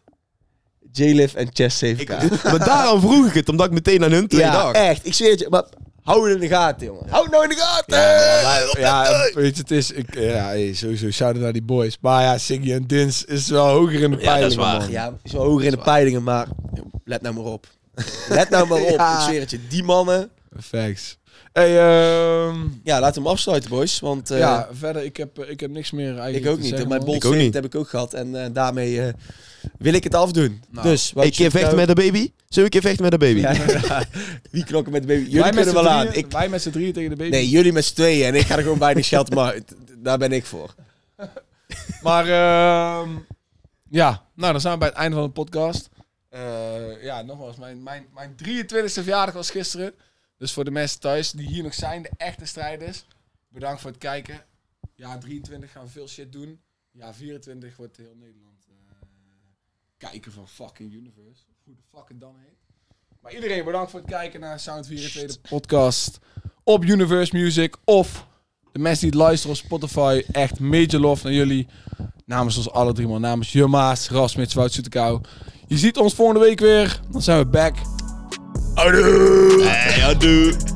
J-Liv en Chess zeven K.
Ik- Maar daarom vroeg ik het, omdat ik meteen aan hun twee
Ja,
dacht.
echt. Ik zweer het je. Maar hou het in de gaten, jongen. Hou het nou in de gaten!
Ja, weet je, het is... Ik, ja, hey, sowieso shout-out naar die boys. Maar ja, Siggy en Dins is wel hoger in de
Ja,
peilingen,
dat is waar.
man.
Ja, is wel hoger in de peilingen, maar let nou maar op. Let nou maar op.
Ja.
Ik zweer het je. Die mannen...
Facts. Hey, ehm
Ja, laten we hem afsluiten, boys. Want eh,
ja, verder, ik heb, ik heb niks meer eigenlijk
ik ook
te
niet.
zeggen,
Mijn
man.
bold
Ik ook
statement
niet.
heb ik ook gehad. En eh, daarmee eh, wil ik het afdoen.
Nou,
dus, wat
Ik keer vechten met de baby? Zullen we een keer vechten met de baby?
Ja, ja. Wie knokken met de baby? Jullie
Wij met
kunnen
z'n
wel aan.
drieën-
Ik,
Wij met z'n drieën tegen de baby.
nee, jullie met z'n tweeën. En ik ga er gewoon bij de schelten. Maar t- daar ben ik voor.
Maar ehm ja, nou dan zijn we bij het einde van de podcast. Eh, ja, nogmaals, mijn, mijn, mijn drieëntwintigste verjaardag was gisteren. Dus voor de mensen thuis die hier nog zijn, de echte strijders. Bedankt voor het kijken. Ja, drieëntwintig gaan we veel shit doen. Ja, vierentwintig wordt heel Nederland eh, kijken van fucking Universe. Of hoe de fuck het dan heet. Maar iedereen bedankt voor het kijken naar Sound vierentwintig podcast op Universe Music. Of de mensen die het luisteren op Spotify. Echt major love naar jullie. Namens ons alle drie man. Namens Jumma's, Rasmits, Wout Soetekau. Je ziet ons volgende week weer. Dan zijn we back.
Hey, adieu.